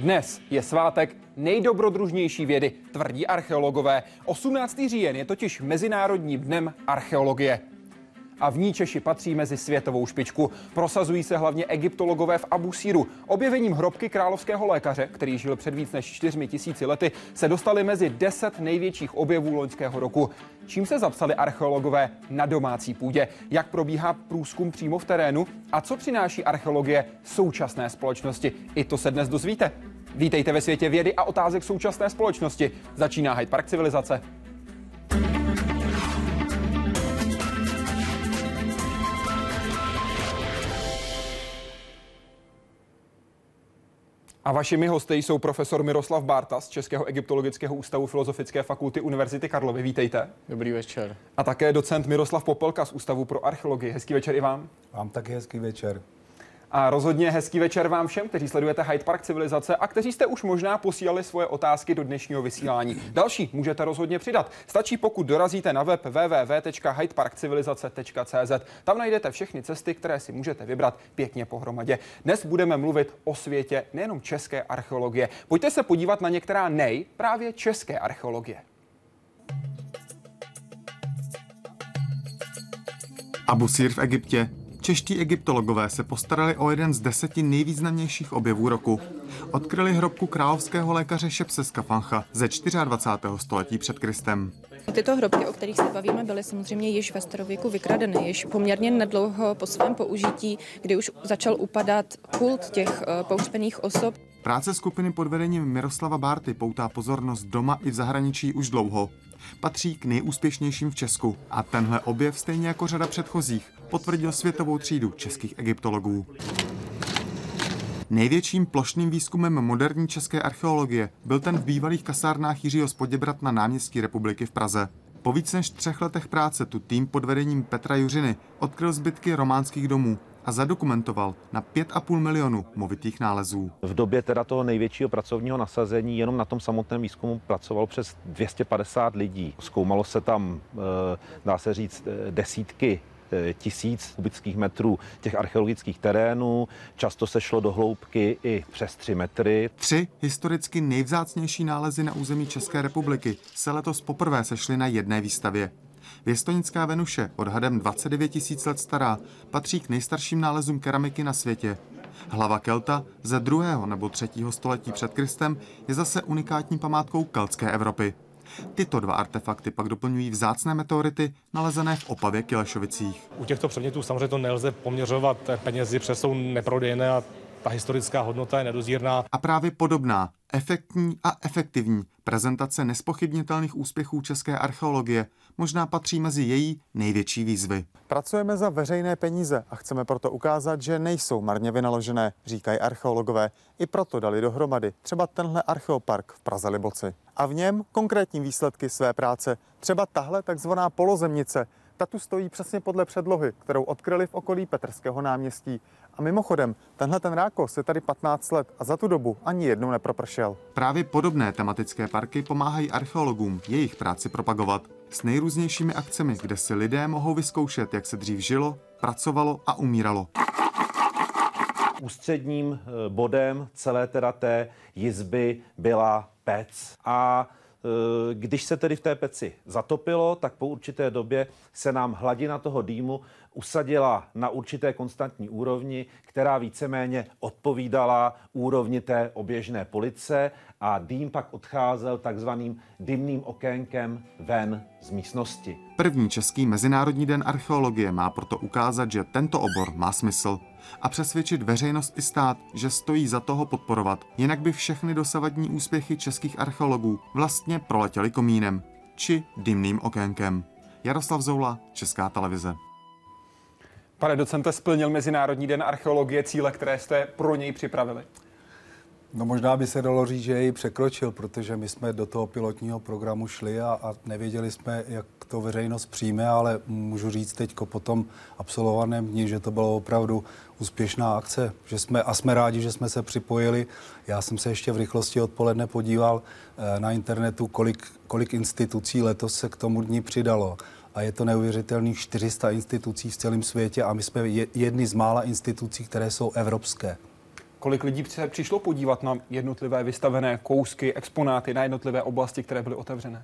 Dnes je svátek nejdobrodružnější vědy, tvrdí archeologové. 18. říjen je totiž Mezinárodním dnem archeologie. A v ní Češi patří mezi světovou špičku. Prosazují se hlavně egyptologové v Abusíru. Objevením hrobky královského lékaře, který žil před víc než 4 000 lety, se dostali mezi 10 největších objevů loňského roku. Čím se zapsali archeologové na domácí půdě? Jak probíhá průzkum přímo v terénu? A co přináší archeologie současné společnosti? I to se dnes dozvíte. Vítejte ve světě vědy a otázek současné společnosti. Začíná Hyde Park civilizace. A vašimi hosty jsou profesor Miroslav Bárta z Českého egyptologického ústavu Filozofické fakulty Univerzity Karlovy. Vítejte. Dobrý večer. A také docent Miroslav Popelka z Ústavu pro archeologii. Hezký večer i vám. Vám taky hezký večer. A rozhodně hezký večer vám všem, kteří sledujete Hyde Park civilizace a kteří jste už možná posílali svoje otázky do dnešního vysílání. Další můžete rozhodně přidat. Stačí, pokud dorazíte na web www.hydeparkcivilizace.cz. Tam najdete všechny cesty, které si můžete vybrat pěkně pohromadě. Dnes budeme mluvit o světě nejenom české archeologie. Pojďte se podívat na některá právě české archeologie. Abusír v Egyptě. Čeští egyptologové se postarali o jeden z 10 nejvýznamnějších objevů roku. Odkryli hrobku královského lékaře Šepseska Fancha ze 24. století před Kristem. Tyto hrobky, o kterých se bavíme, byly samozřejmě již ve starověku vykradeny, již poměrně nedlouho po svém použití, kdy už začal upadat kult těch pohřbených osob. Práce skupiny pod vedením Miroslava Bárty poutá pozornost doma i v zahraničí už dlouho. Patří k nejúspěšnějším v Česku a tenhle objev, stejně jako řada předchozích, potvrdil světovou třídu českých egyptologů. Největším plošným výzkumem moderní české archeologie byl ten v bývalých kasárnách Jiřího z Poděbrad na náměstí Republiky v Praze. Po víc než 3 letech práce tu tým pod vedením Petra Juřiny odkryl zbytky románských domů a zadokumentoval na 5,5 milionu movitých nálezů. V době teda toho největšího pracovního nasazení jenom na tom samotném výzkumu pracovalo přes 250 lidí. Zkoumalo se tam, dá se říct, desítky tisíc kubických metrů těch archeologických terénů. Často se šlo do hloubky i přes 3 metry. 3 historicky nejvzácnější nálezy na území České republiky se letos poprvé sešly na jedné výstavě. Věstonická Venuše, odhadem 29 000 let stará, patří k nejstarším nálezům keramiky na světě. Hlava Kelta ze 2. nebo 3. století před Kristem je zase unikátní památkou keltské Evropy. Tyto 2 artefakty pak doplňují vzácné meteority nalezené v Opavě Kilešovicích. U těchto předmětů samozřejmě to nelze poměřovat penězi, protože jsou neprodejné a ta historická hodnota je nedozírná. A právě podobná, efektní a efektivní prezentace nespochybnitelných úspěchů české archeologie možná patří mezi její největší výzvy. Pracujeme za veřejné peníze a chceme proto ukázat, že nejsou marně vynaložené, říkají archeologové. I proto dali dohromady třeba tenhle archeopark v Praze-Liboci. A v něm konkrétní výsledky své práce. Třeba tahle takzvaná polozemnice. Ta tu stojí přesně podle předlohy, kterou odkryli v okolí Petrského náměstí. A mimochodem, tenhle ten rákos je tady 15 let a za tu dobu ani jednou nepropršel. Právě podobné tematické parky pomáhají archeologům jejich práci propagovat. S nejrůznějšími akcemi, kde si lidé mohou vyzkoušet, jak se dřív žilo, pracovalo a umíralo. Ústředním bodem celé teda té jizby byla pec. A když se tedy v té peci zatopilo, tak po určité době se nám hladina toho dýmu usadila na určité konstantní úrovni, která víceméně odpovídala úrovni té oběžné police a dým pak odcházel takzvaným dymným okénkem ven z místnosti. První český Mezinárodní den archeologie má proto ukázat, že tento obor má smysl a přesvědčit veřejnost i stát, že stojí za toho podporovat. Jinak by všechny dosavadní úspěchy českých archeologů vlastně proletěly komínem či dymným okénkem. Jaroslav Zoula, Česká televize. Pane docente, splnil Mezinárodní den archeologie cíle, které jste pro něj připravili? No možná by se dalo říct, že jej překročil, protože my jsme do toho pilotního programu šli a nevěděli jsme, jak to veřejnost přijme, ale můžu říct teď po tom absolvovaném dni, že to byla opravdu úspěšná akce, že jsme rádi, že jsme se připojili. Já jsem se ještě v rychlosti odpoledne podíval na internetu, kolik institucí letos se k tomu dni přidalo. A je to neuvěřitelných 400 institucí v celém světě a my jsme jedni z mála institucí, které jsou evropské. Kolik lidí se přišlo podívat na jednotlivé vystavené kousky, exponáty, na jednotlivé oblasti, které byly otevřené?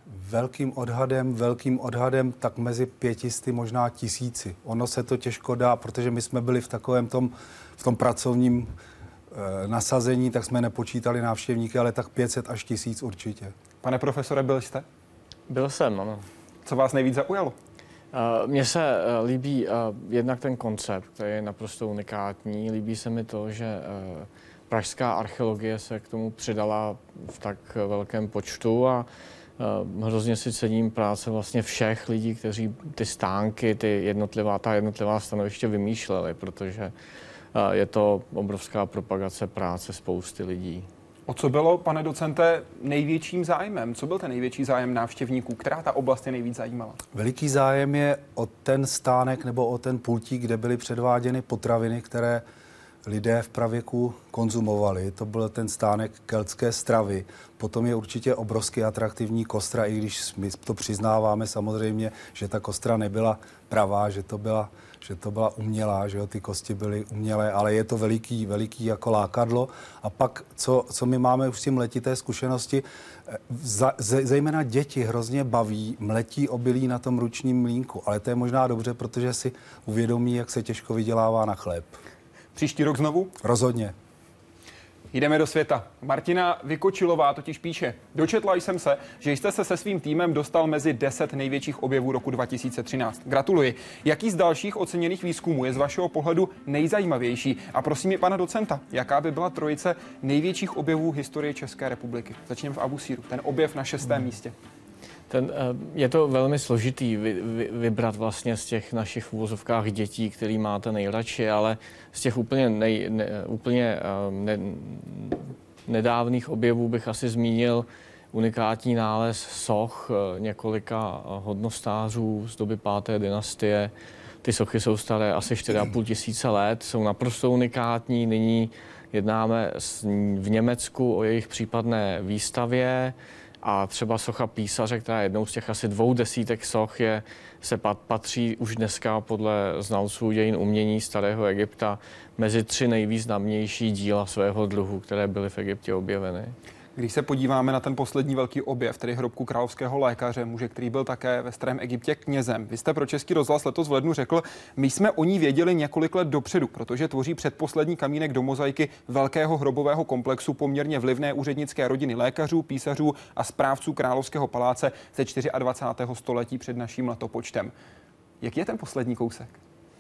Velkým odhadem, tak mezi 500, možná 1000. Ono se to těžko dá, protože my jsme byli v takovém v tom pracovním nasazení, tak jsme nepočítali návštěvníky, ale tak 500 až 1000 určitě. Pane profesore, byl jste? Byl jsem, ano. Co vás nejvíc zaujalo? Mně se líbí jednak ten koncept, který je naprosto unikátní. Líbí se mi to, že pražská archeologie se k tomu přidala v tak velkém počtu a hrozně si cením práce vlastně všech lidí, kteří ty stánky, ta jednotlivá stanoviště vymýšleli, protože je to obrovská propagace práce spousty lidí. O co bylo, pane docente, největším zájmem? Co byl ten největší zájem návštěvníků? Která ta oblast je nejvíc zajímala? Veliký zájem je o ten stánek nebo o ten pultík, kde byly předváděny potraviny, které lidé v pravěku konzumovali. To byl ten stánek keltské stravy. Potom je určitě obrovsky atraktivní kostra, i když my to přiznáváme samozřejmě, že ta kostra nebyla pravá, že to byla umělá, že jo, ty kosti byly umělé, ale je to veliký jako lákadlo. A pak, co my máme už s tím letité zkušenosti, zejména děti hrozně baví mletí obilí na tom ručním mlýnku, ale to je možná dobře, protože si uvědomí, jak se těžko vydělává na chléb. Příští rok znovu? Rozhodně. Jdeme do světa. Martina Vykočilová totiž píše: dočetla jsem se, že jste se se svým týmem dostal mezi 10 největších objevů roku 2013. Gratuluji. Jaký z dalších oceněných výzkumů je z vašeho pohledu nejzajímavější? A prosím je pana docenta, jaká by byla trojice největších objevů historie České republiky? Začněme v Abusíru. Ten objev na 6. místě. Je to velmi složitý vybrat vlastně z těch našich v uvozovkách dětí, který máte nejradši, ale z těch úplně nedávných objevů bych asi zmínil unikátní nález soch několika hodnostářů z doby 5. dynastie. Ty sochy jsou staré asi 4,5 tisíce let, jsou naprosto unikátní. Nyní jednáme v Německu o jejich případné výstavě. A třeba socha písaře, která je jednou z těch asi 200 soch, patří už dneska podle znalců dějin umění starého Egypta mezi 3 nejvýznamnější díla svého druhu, které byly v Egyptě objeveny. Když se podíváme na ten poslední velký objev, tedy hrobku královského lékaře, muže, který byl také ve starém Egyptě knězem. Vy jste pro Český rozhlas letos v lednu řekl: my jsme o ní věděli několik let dopředu, protože tvoří předposlední kamínek do mozaiky velkého hrobového komplexu poměrně vlivné úřednické rodiny lékařů, písařů a správců královského paláce ze 24. století před naším letopočtem. Jaký je ten poslední kousek?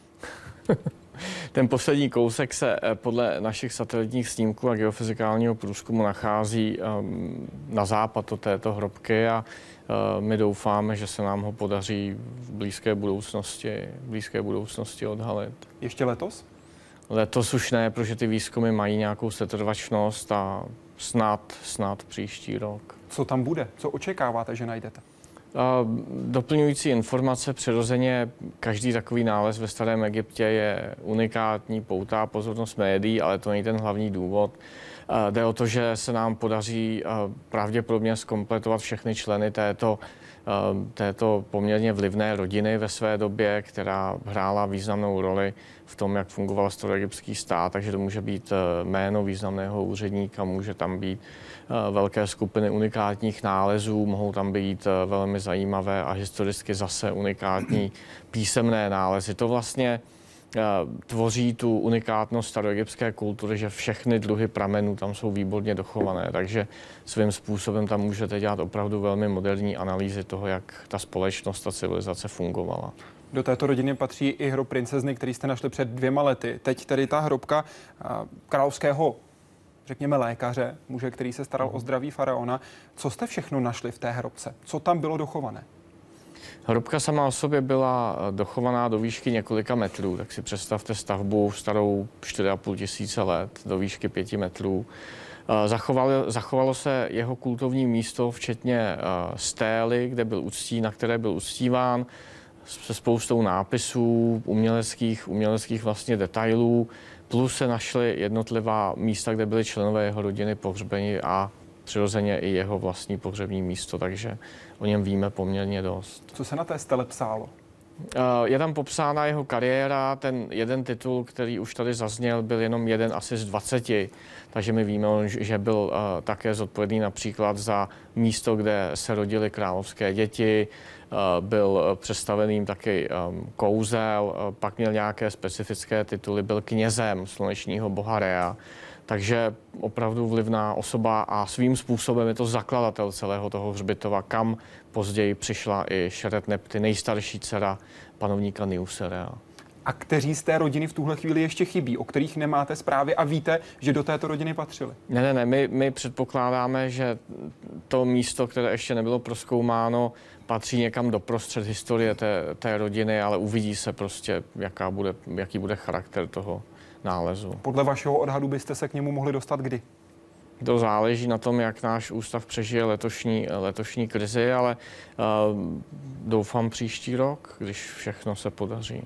Ten poslední kousek se podle našich satelitních snímků a geofyzikálního průzkumu nachází na západ od této hrobky a my doufáme, že se nám ho podaří v blízké budoucnosti odhalit. Ještě letos? Letos už ne, protože ty výzkumy mají nějakou setrvačnost a snad příští rok. Co tam bude? Co očekáváte, že najdete? Doplňující informace, přirozeně každý takový nález ve starém Egyptě je unikátní, poutá pozornost médií, ale to není ten hlavní důvod. Jde o to, že se nám podaří pravděpodobně zkompletovat všechny členy této poměrně vlivné rodiny ve své době, která hrála významnou roli v tom, jak fungoval staroegyptský stát, takže to může být jméno významného úředníka, může tam být velké skupiny unikátních nálezů, mohou tam být velmi zajímavé a historicky zase unikátní písemné nálezy. To vlastně tvoří tu unikátnost staroegyptské kultury, že všechny druhy pramenů tam jsou výborně dochované, takže svým způsobem tam můžete dělat opravdu velmi moderní analýzy toho, jak ta společnost, ta civilizace fungovala. Do této rodiny patří i hrob princezny, který jste našli před 2 lety. Teď tedy ta hrobka královského, řekněme, lékaře, muže, který se staral o zdraví faraona. Co jste všechno našli v té hrobce? Co tam bylo dochované? Hrobka sama o sobě byla dochovaná do výšky několika metrů, tak si představte stavbu starou 4,5 tisíce let do výšky 5 metrů. Zachovalo se jeho kultovní místo, včetně stély, na které byl uctíván, se spoustou nápisů, uměleckých vlastně detailů, plus se našly jednotlivá místa, kde byly členové jeho rodiny pohřbeni a přirozeně i jeho vlastní pohřební místo, takže o něm víme poměrně dost. Co se na té stele psálo? Je tam popsána jeho kariéra, ten jeden titul, který už tady zazněl, byl jenom jeden asi z 20, takže my víme, že byl také zodpovědný například za místo, kde se rodily královské děti, byl představeným taky kouzel, pak měl nějaké specifické tituly, byl knězem slunečního boha Rea, takže opravdu vlivná osoba a svým způsobem je to zakladatel celého toho hřbitova, kam později přišla i Šeretnepty, nejstarší dcera panovníka Niuserea. A kteří z té rodiny v tuhle chvíli ještě chybí, o kterých nemáte zprávy a víte, že do této rodiny patřili? Ne, my předpokládáme, že to místo, které ještě nebylo prozkoumáno, patří někam doprostřed historie té rodiny, ale uvidí se prostě, jaký bude charakter toho nálezu. Podle vašeho odhadu byste se k němu mohli dostat kdy? To záleží na tom, jak náš ústav přežije letošní krizi, ale doufám příští rok, když všechno se podaří.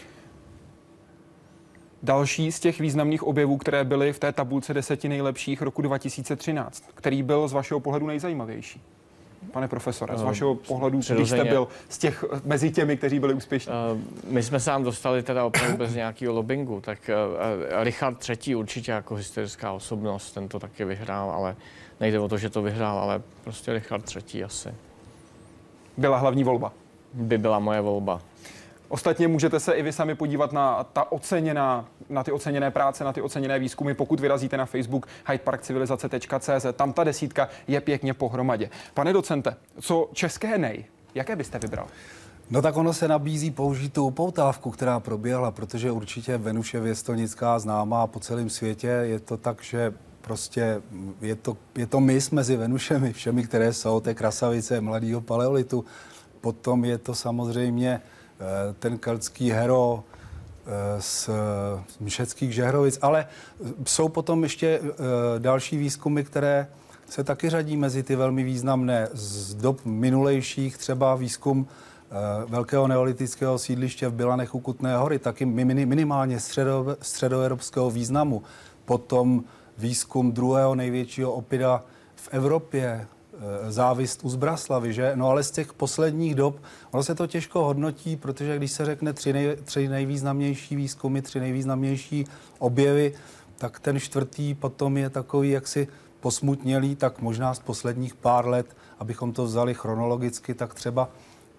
Další z těch významných objevů, které byly v té tabulce 10 nejlepších roku 2013, který byl z vašeho pohledu nejzajímavější? Pane profesore, z vašeho pohledu, když jste byl mezi těmi, kteří byli úspěšní? My jsme se tam dostali teda opravdu bez nějakého lobbingu, tak Richard III. Určitě jako historická osobnost, ten to taky vyhrál, ale nejde o to, že to vyhrál, ale prostě Richard III. Asi. Byla hlavní volba? By byla moje volba. Ostatně můžete se i vy sami podívat na ty oceněné práce, na ty oceněné výzkumy, pokud vyrazíte na Facebook hydeparkcivilizace.cz. Tam ta desítka je pěkně pohromadě. Pane docente, co české nej, jaké byste vybral? No tak ono se nabízí použít tu upoutávku, která proběhla, protože určitě Venuše Věstonická známá po celém světě. Je to tak, že prostě je to mys mezi Venušemi všemi, které jsou, té krasavice mladého paleolitu. Potom je to samozřejmě ten keltský hero z Mšeckých Žehrovic, ale jsou potom ještě další výzkumy, které se taky řadí mezi ty velmi významné. Z dob minulejších třeba výzkum velkého neolitického sídliště v Bilanech u Kutné Hory, taky minimálně středoevropského významu. Potom výzkum druhého největšího opida v Evropě, Závist u Zbraslavy, že? No ale z těch posledních dob, ono se to těžko hodnotí, protože když se řekne tři nejvýznamnější výzkumy, tři nejvýznamnější objevy, tak ten čtvrtý potom je takový jaksi posmutnělý, tak možná z posledních pár let, abychom to vzali chronologicky, tak třeba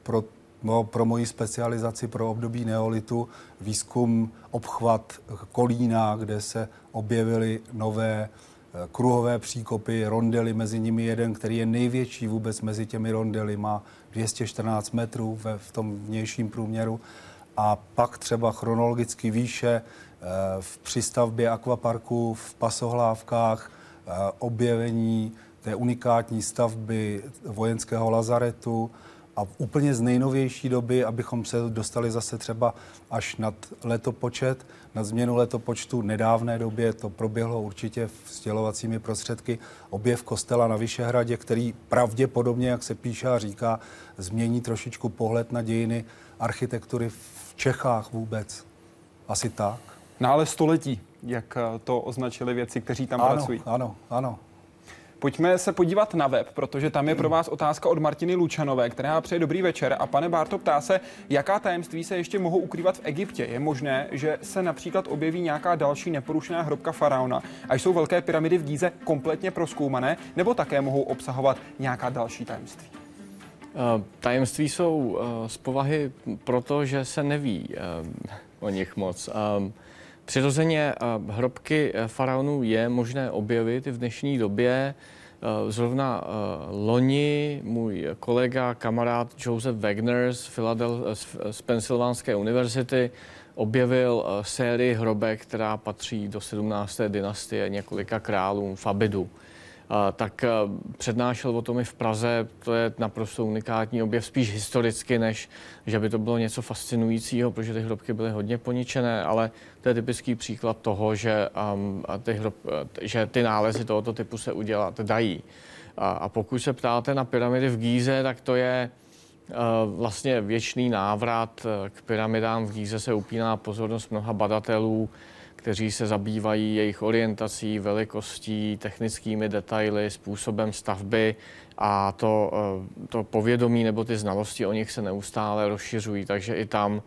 pro moji specializaci pro období neolitu výzkum obchvat Kolína, kde se objevily nové kruhové příkopy, rondely, mezi nimi jeden, který je největší vůbec mezi těmi rondely, má 214 metrů v tom vnějším průměru. A pak třeba chronologicky výše v přístavbě akvaparku v Pasohlávkách objevení té unikátní stavby vojenského lazaretu a úplně z nejnovější doby, abychom se dostali zase třeba až nad letopočet, nad změnu letopočtu nedávné době, to proběhlo určitě sdělovacími prostředky, objev kostela na Vyšehradě, který pravděpodobně, jak se píše a říká, změní trošičku pohled na dějiny architektury v Čechách vůbec. Asi tak. No ale století, jak to označili vědci, kteří tam pracují. Ano. Pojďme se podívat na web, protože tam je pro vás otázka od Martiny Lučanové, která přeje dobrý večer. A pane Bárto, ptá se, jaká tajemství se ještě mohou ukrývat v Egyptě. Je možné, že se například objeví nějaká další neporušená hrobka faraona a jsou velké pyramidy v Gíze kompletně prozkoumané, nebo také mohou obsahovat nějaká další tajemství? Tajemství jsou z povahy proto, že se neví o nich moc. Přirozeně hrobky faraonů je možné objevit i v dnešní době. Zrovna loni můj kolega, kamarád Joseph Wagner z Pensylvánské univerzity objevil sérii hrobek, která patří do 17. dynastie několika králům Fabidu. Tak přednášel o tom i v Praze, to je naprosto unikátní objev, spíš historicky, než že by to bylo něco fascinujícího, protože ty hrobky byly hodně poničené, ale to je typický příklad toho, že ty nálezy tohoto typu se udělat dají. A pokud se ptáte na pyramidy v Gíze, tak to je vlastně věčný návrat k pyramidám v Gíze, se upíná pozornost mnoha badatelů. kteří se zabývají jejich orientací, velikostí, technickými detaily, způsobem stavby a to povědomí nebo ty znalosti o nich se neustále rozšiřují, takže i tam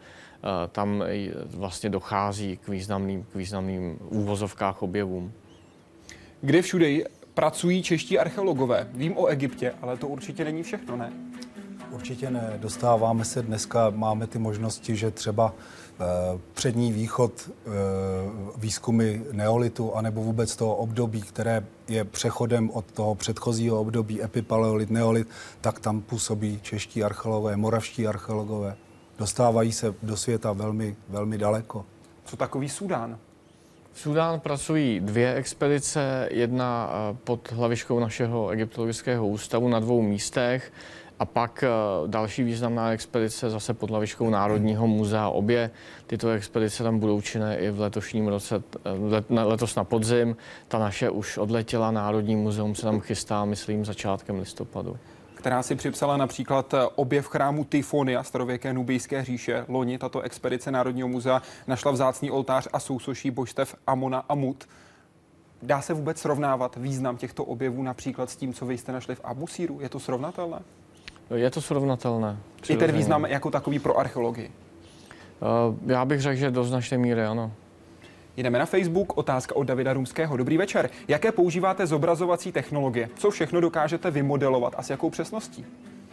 vlastně dochází k významným úvozovkách objevům. Kde všude pracují čeští archeologové? Vím o Egyptě, ale to určitě není všechno, ne? Určitě ne. Dostáváme se dneska, máme ty možnosti, že třeba přední východ, výzkumy neolitu, anebo vůbec toho období, které je přechodem od toho předchozího období epipaleolit, neolit, tak tam působí čeští archeologové, moravští archeologové. Dostávají se do světa velmi, velmi daleko. Co takový Súdán? V Súdánu pracují 2 expedice, jedna pod hlavičkou našeho egyptologického ústavu na 2 místech a pak další významná expedice zase pod hlavičkou Národního muzea. Obě tyto expedice tam budou činné i v letošním roce, letos na podzim. Ta naše už odletěla, Národní muzeum se tam chystá, myslím, začátkem listopadu. Která si připsala například objev chrámu Tyfonia starověké nubijské říše. Loni tato expedice Národního muzea našla vzácný oltář a sousoší božstev Amona a Mut. Dá se vůbec srovnávat význam těchto objevů například s tím, co vy jste našli v Abusíru? Je to srovnatelné? Je to srovnatelné. I ten význam jako takový pro archeologii? Já bych řekl, že do značné míry ano. Jdeme na Facebook, otázka od Davida Rumského. Dobrý večer. Jaké používáte zobrazovací technologie? Co všechno dokážete vymodelovat a s jakou přesností?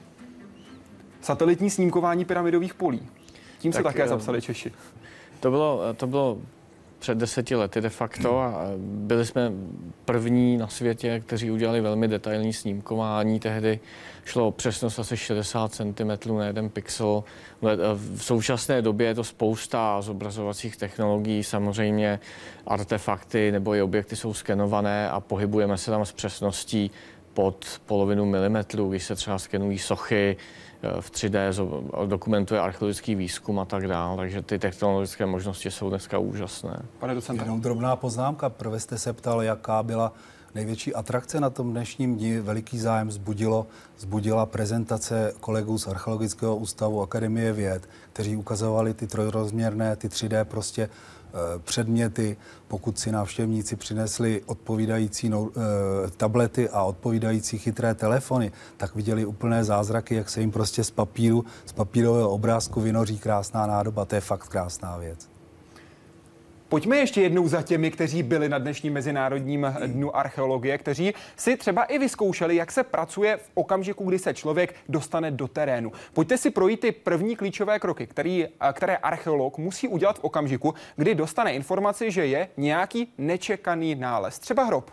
Satelitní snímkování pyramidových polí. Tím se také zapsali Češi. To bylo před 10 lety de facto a byli jsme první na světě, kteří udělali velmi detailní snímkování. Tehdy šlo o přesnost asi 60 cm na 1 pixel. V současné době je to spousta zobrazovacích technologií, samozřejmě artefakty nebo i objekty jsou skenované a pohybujeme se tam s přesností pod polovinu milimetru, když se třeba skenují sochy, v 3D dokumentuje archeologický výzkum a tak dále, takže ty technologické možnosti jsou dneska úžasné. Pane docente. Jenom drobná poznámka. Prvé jste se ptal, jaká byla největší atrakce na tom dnešním dni. Veliký zájem vzbudila prezentace kolegů z Archeologického ústavu Akademie věd, kteří ukazovali ty trojrozměrné, ty 3D prostě předměty. Pokud si návštěvníci přinesli odpovídající tablety a odpovídající chytré telefony, tak viděli úplné zázraky, jak se jim prostě z papírového obrázku vynoří krásná nádoba. To je fakt krásná věc. Pojďme ještě jednou za těmi, kteří byli na dnešním Mezinárodním dnu archeologie, kteří si třeba i vyzkoušeli, jak se pracuje v okamžiku, kdy se člověk dostane do terénu. Pojďte si projít ty první klíčové kroky, které archeolog musí udělat v okamžiku, kdy dostane informaci, že je nějaký nečekaný nález, třeba hrob.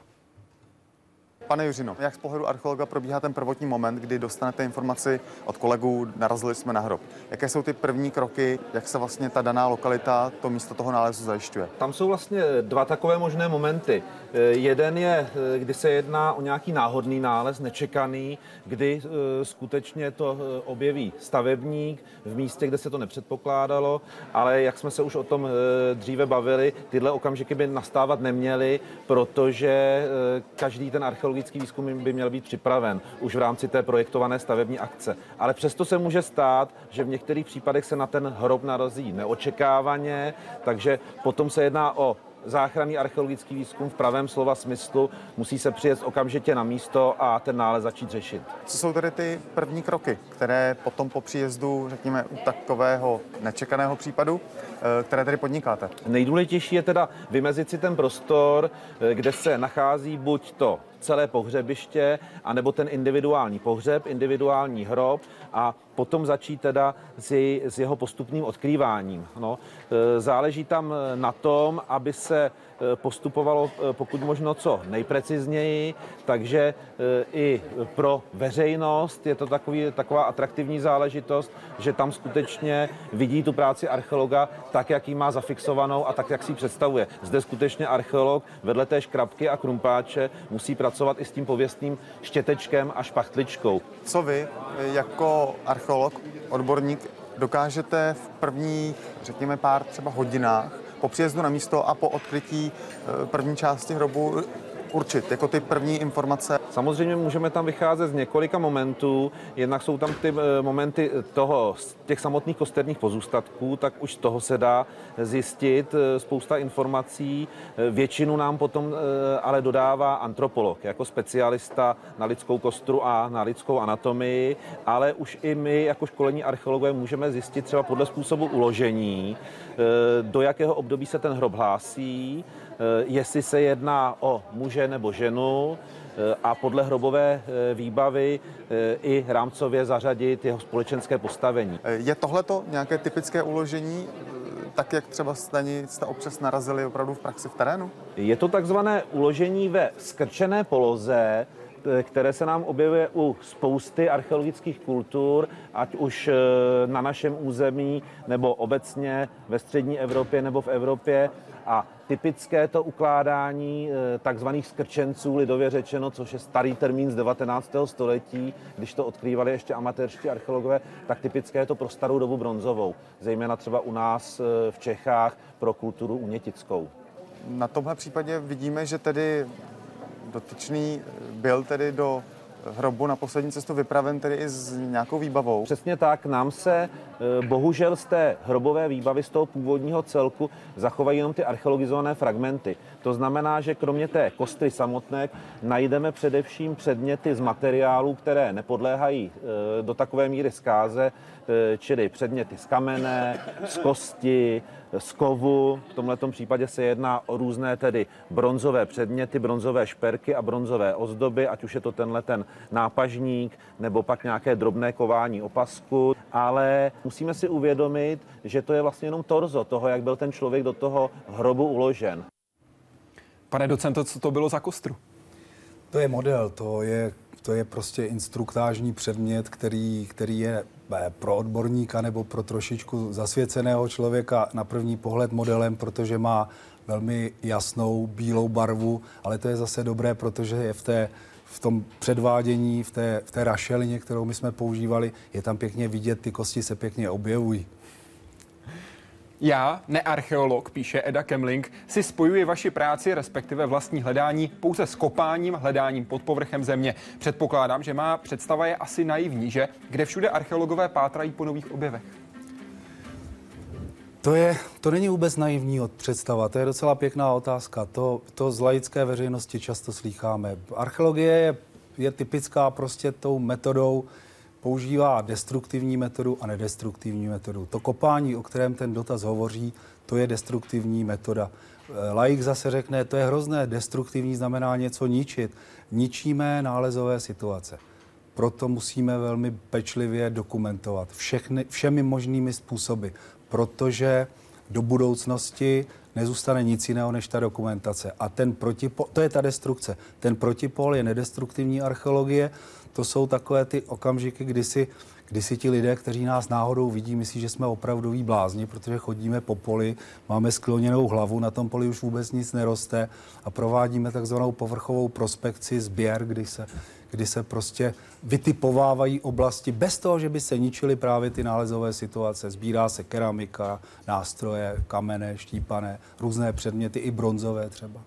Pane Juřino, jak z pohledu archeologa probíhá ten prvotní moment, kdy dostanete informaci od kolegů, narazili jsme na hrob? Jaké jsou ty první kroky, jak se vlastně ta daná lokalita, to místo toho nálezu zajišťuje? Tam jsou vlastně 2 takové možné momenty. Jeden je, kdy se jedná o nějaký náhodný nález, nečekaný, kdy skutečně to objeví stavebník v místě, kde se to nepředpokládalo, ale jak jsme se už o tom dříve bavili, tyhle okamžiky by nastávat neměly, protože každý ten archeologický výzkum by měl být připraven už v rámci té projektované stavební akce. Ale přesto se může stát, že v některých případech se na ten hrob narazí neočekávaně, takže potom se jedná o záchranný archeologický výzkum v pravém slova smyslu, musí se přijet okamžitě na místo a ten nález začít řešit. Co jsou tedy ty první kroky, které potom po příjezdu, řekněme, u takového nečekaného případu, které tedy podnikáte? Nejdůležitější je teda vymezit si ten prostor, kde se nachází buď to celé pohřebiště, anebo ten individuální pohřeb, individuální hrob a potom začít teda s jeho postupným odkrýváním. No, záleží tam na tom, aby se postupovalo pokud možno co nejprecizněji, takže i pro veřejnost je to taková atraktivní záležitost, že tam skutečně vidí tu práci archeologa tak, jak ji má zafixovanou a tak, jak si ji představuje. Zde skutečně archeolog vedle té škrabky a krumpáče musí pracovat i s tím pověstným štětečkem a špachtličkou. Co vy jako archeolog, odborník, dokážete v prvních, řekněme, pár třeba hodinách po příjezdu na místo a po odkrytí první části hrobu určit jako ty první informace? Samozřejmě můžeme tam vycházet z několika momentů. Jednak jsou tam ty momenty těch samotných kosterních pozůstatků, tak už z toho se dá zjistit spousta informací. Většinu nám potom ale dodává antropolog jako specialista na lidskou kostru a na lidskou anatomii, ale už i my jako školení archeologové můžeme zjistit třeba podle způsobu uložení, do jakého období se ten hrob hlásí, jestli se jedná o muže nebo ženu, a podle hrobové výbavy i rámcově zařadit jeho společenské postavení. Je tohleto nějaké typické uložení, tak jak třeba jste občas narazili opravdu v praxi v terénu? Je to takzvané uložení ve skrčené poloze, které se nám objevuje u spousty archeologických kultur, ať už na našem území, nebo obecně ve střední Evropě nebo v Evropě. A typické to ukládání takzvaných skrčenců, lidově řečeno, což je starý termín z 19. století, když to odkrývali ještě amatérští archeologové, tak typické je to pro starou dobu bronzovou, zejména třeba u nás v Čechách pro kulturu unětickou. Na tomhle případě vidíme, že tedy dotyčný byl tedy do hrobu na poslední cestu vypraven tedy i s nějakou výbavou. Přesně tak, nám se bohužel z té hrobové výbavy, z toho původního celku zachovají jenom ty archeologizované fragmenty. To znamená, že kromě té kostry samotné najdeme především předměty z materiálů, které nepodléhají do takové míry zkáze, čili předměty z kamene, z kosti, z kovu. V tomhletom případě se jedná o různé tedy bronzové předměty, bronzové šperky a bronzové ozdoby, ať už je to ten nápažník nebo pak nějaké drobné kování opasku, ale musíme si uvědomit, že to je vlastně jenom torzo toho, jak byl ten člověk do toho hrobu uložen. Pane docento, co to bylo za kostru? To je model, to je prostě instruktážní předmět, který je pro odborníka nebo pro trošičku zasvěceného člověka na první pohled modelem, protože má velmi jasnou bílou barvu, ale to je zase dobré, protože je v tom předvádění, v té rašelině, kterou my jsme používali, je tam pěkně vidět, ty kosti se pěkně objevují. Já, nearcheolog, píše Eda Kemling, si spojuji vaši práci, respektive vlastní hledání, pouze s kopáním, hledáním pod povrchem země. Předpokládám, že má představa je asi naivní, že? Kde všude archeologové pátrají po nových objevech? To není vůbec naivní představa, to je docela pěkná otázka. To z laické veřejnosti často slýcháme. Archeologie je typická prostě tou metodou, používá destruktivní metodu a nedestruktivní metodu. To kopání, o kterém ten dotaz hovoří, to je destruktivní metoda. Laik zase řekne, to je hrozné, destruktivní znamená něco ničit. Ničíme nálezové situace. Proto musíme velmi pečlivě dokumentovat všemi možnými způsoby, protože do budoucnosti nezůstane nic jiného než ta dokumentace. A to je ta destrukce. Ten protipol je nedestruktivní archeologie. To jsou takové ty okamžiky, kdy si ti lidé, kteří nás náhodou vidí, myslí, že jsme opravdoví blázni, protože chodíme po poli, máme skloněnou hlavu, na tom poli už vůbec nic neroste a provádíme takzvanou povrchovou prospekci, sběr, kdy se prostě vytipovávají oblasti bez toho, že by se ničily právě ty nálezové situace. Sbírá se keramika, nástroje, kamenné, štípané, různé předměty, i bronzové třeba.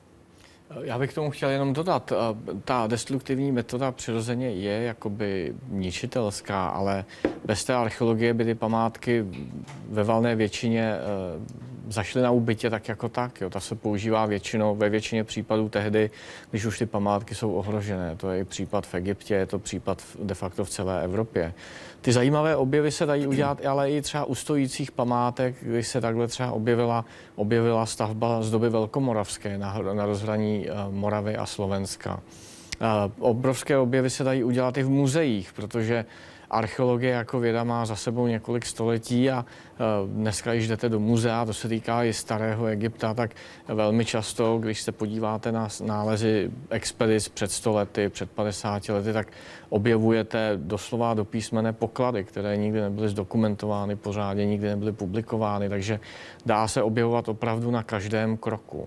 Já bych k tomu chtěl jenom dodat, ta destruktivní metoda přirozeně je jakoby ničitelská, ale bez té archeologie by ty památky ve valné většině zašly na úbytě tak jako tak. Jo. Ta se používá ve většině případů tehdy, když už ty památky jsou ohrožené. To je i případ v Egyptě, je to případ de facto v celé Evropě. Ty zajímavé objevy se dají udělat, ale i třeba u stojících památek, když se takhle třeba objevila stavba z doby velkomoravské na rozhraní Moravy a Slovenska. Obrovské objevy se dají udělat i v muzeích, protože archeologie jako věda má za sebou několik století a dneska, když jdete do muzea, to se týká i starého Egypta, tak velmi často, když se podíváte na nálezy expedic před 100 lety, před 50 lety, tak objevujete doslova do písmene poklady, které nikdy nebyly zdokumentovány pořádně, nikdy nebyly publikovány, takže dá se objevovat opravdu na každém kroku.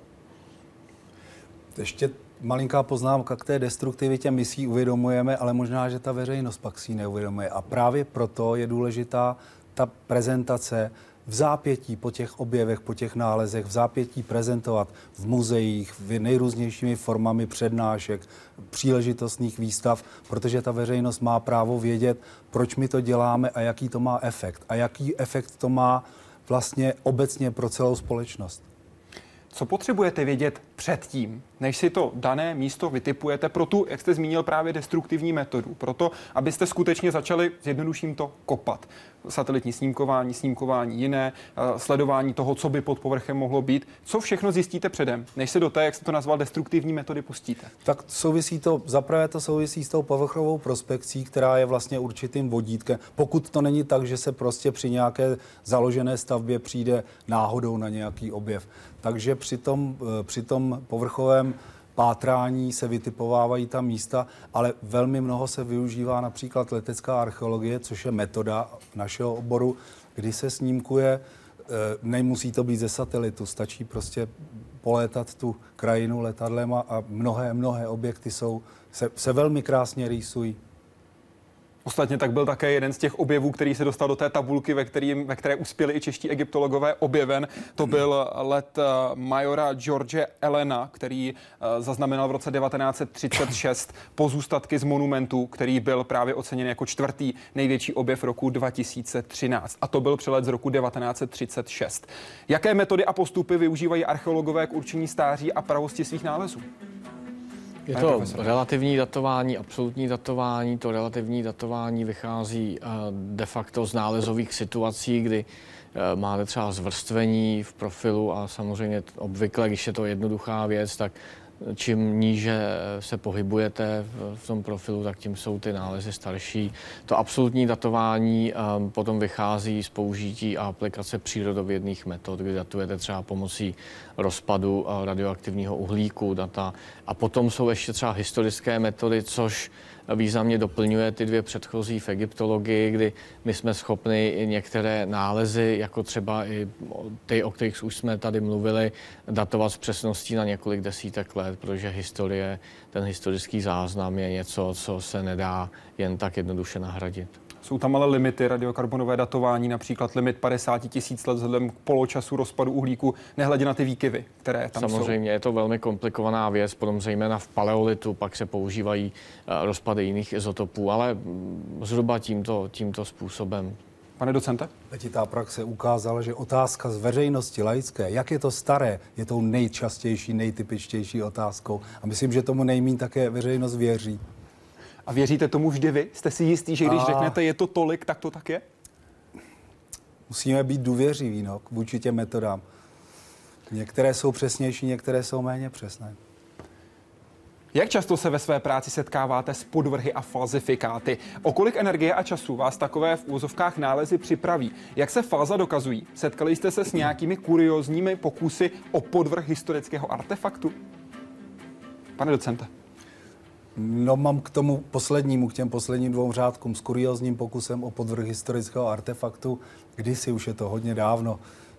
Ještě malinká poznámka k té destruktivitě, my si ji uvědomujeme, ale možná, že ta veřejnost pak si ji neuvědomuje. A právě proto je důležitá ta prezentace v zápětí po těch objevech, po těch nálezech, v zápětí prezentovat v muzeích, v nejrůznějšími formami přednášek, příležitostných výstav, protože ta veřejnost má právo vědět, proč my to děláme a jaký to má efekt. A jaký efekt to má vlastně obecně pro celou společnost. Co potřebujete vědět předtím, než si to dané místo vytipujete pro tu, jak jste zmínil, právě destruktivní metodu, proto abyste skutečně začali, zjednoduším to, kopat. Satelitní snímkování jiné, sledování toho, co by pod povrchem mohlo být. Co všechno zjistíte předem, než se do té, jak jste to nazval, destruktivní metody pustíte? Tak zaprvé to souvisí s tou povrchovou prospekcí, která je vlastně určitým vodítkem. Pokud to není tak, že se prostě při nějaké založené stavbě přijde náhodou na nějaký objev. Takže při tom povrchovém pátrání se vytipovávají ta místa, ale velmi mnoho se využívá například letecká archeologie, což je metoda našeho oboru, kdy se snímkuje, nemusí to být ze satelitu, stačí prostě polétat tu krajinu letadlem a mnohé objekty se velmi krásně rýsují. Ostatně tak byl také jeden z těch objevů, který se dostal do té tabulky, ve které uspěli i čeští egyptologové objeven. To byl let majora George Allena, který zaznamenal v roce 1936 pozůstatky z monumentu, který byl právě oceněn jako 4. největší objev roku 2013. A to byl přelet z roku 1936. Jaké metody a postupy využívají archeologové k určení stáří a pravosti svých nálezů? Je to relativní datování, absolutní datování. To relativní datování vychází de facto z nálezových situací, kdy máte třeba zvrstvení v profilu a samozřejmě obvykle, když je to jednoduchá věc, tak čím níže se pohybujete v tom profilu, tak tím jsou ty nálezy starší. To absolutní datování potom vychází z použití a aplikace přírodovědných metod, kdy datujete třeba pomocí rozpadu radioaktivního uhlíku data. A potom jsou ještě třeba historické metody, což významně doplňuje ty dvě předchozí v egyptologii, kdy my jsme schopni i některé nálezy, jako třeba i ty, o kterých už jsme tady mluvili, datovat s přesností na několik desítek let, protože historie, ten historický záznam je něco, co se nedá jen tak jednoduše nahradit. Jsou tam ale limity radiokarbonové datování, například limit 50 000 let vzhledem k poločasu rozpadu uhlíku, nehledě na ty výkyvy, které tam jsou. Samozřejmě je to velmi komplikovaná věc, potom zejména v paleolitu, pak se používají rozpady jiných izotopů, ale zhruba tímto způsobem. Pane docente? Letitá praxe ukázala, že otázka z veřejnosti laické, jak je to staré, je tou nejčastější, nejtypičtější otázkou. A myslím, že tomu nejmíň také veřejnost věří. A věříte tomu vždy vy? Jste si jistý, že když řeknete, je to tolik, tak to tak je? Musíme být důvěřiví vůči těm metodám. Některé jsou přesnější, některé jsou méně přesné. Jak často se ve své práci setkáváte s podvrhy a falzifikáty? O kolik energie a času vás takové v úvozovkách nálezy připraví? Jak se falza dokazují? Setkali jste se s nějakými kuriózními pokusy o podvrh historického artefaktu? Pane docente. No, mám k těm posledním 2 řádkům s kuriózním pokusem o podvrh historického artefaktu. Kdysi už je to hodně dávno.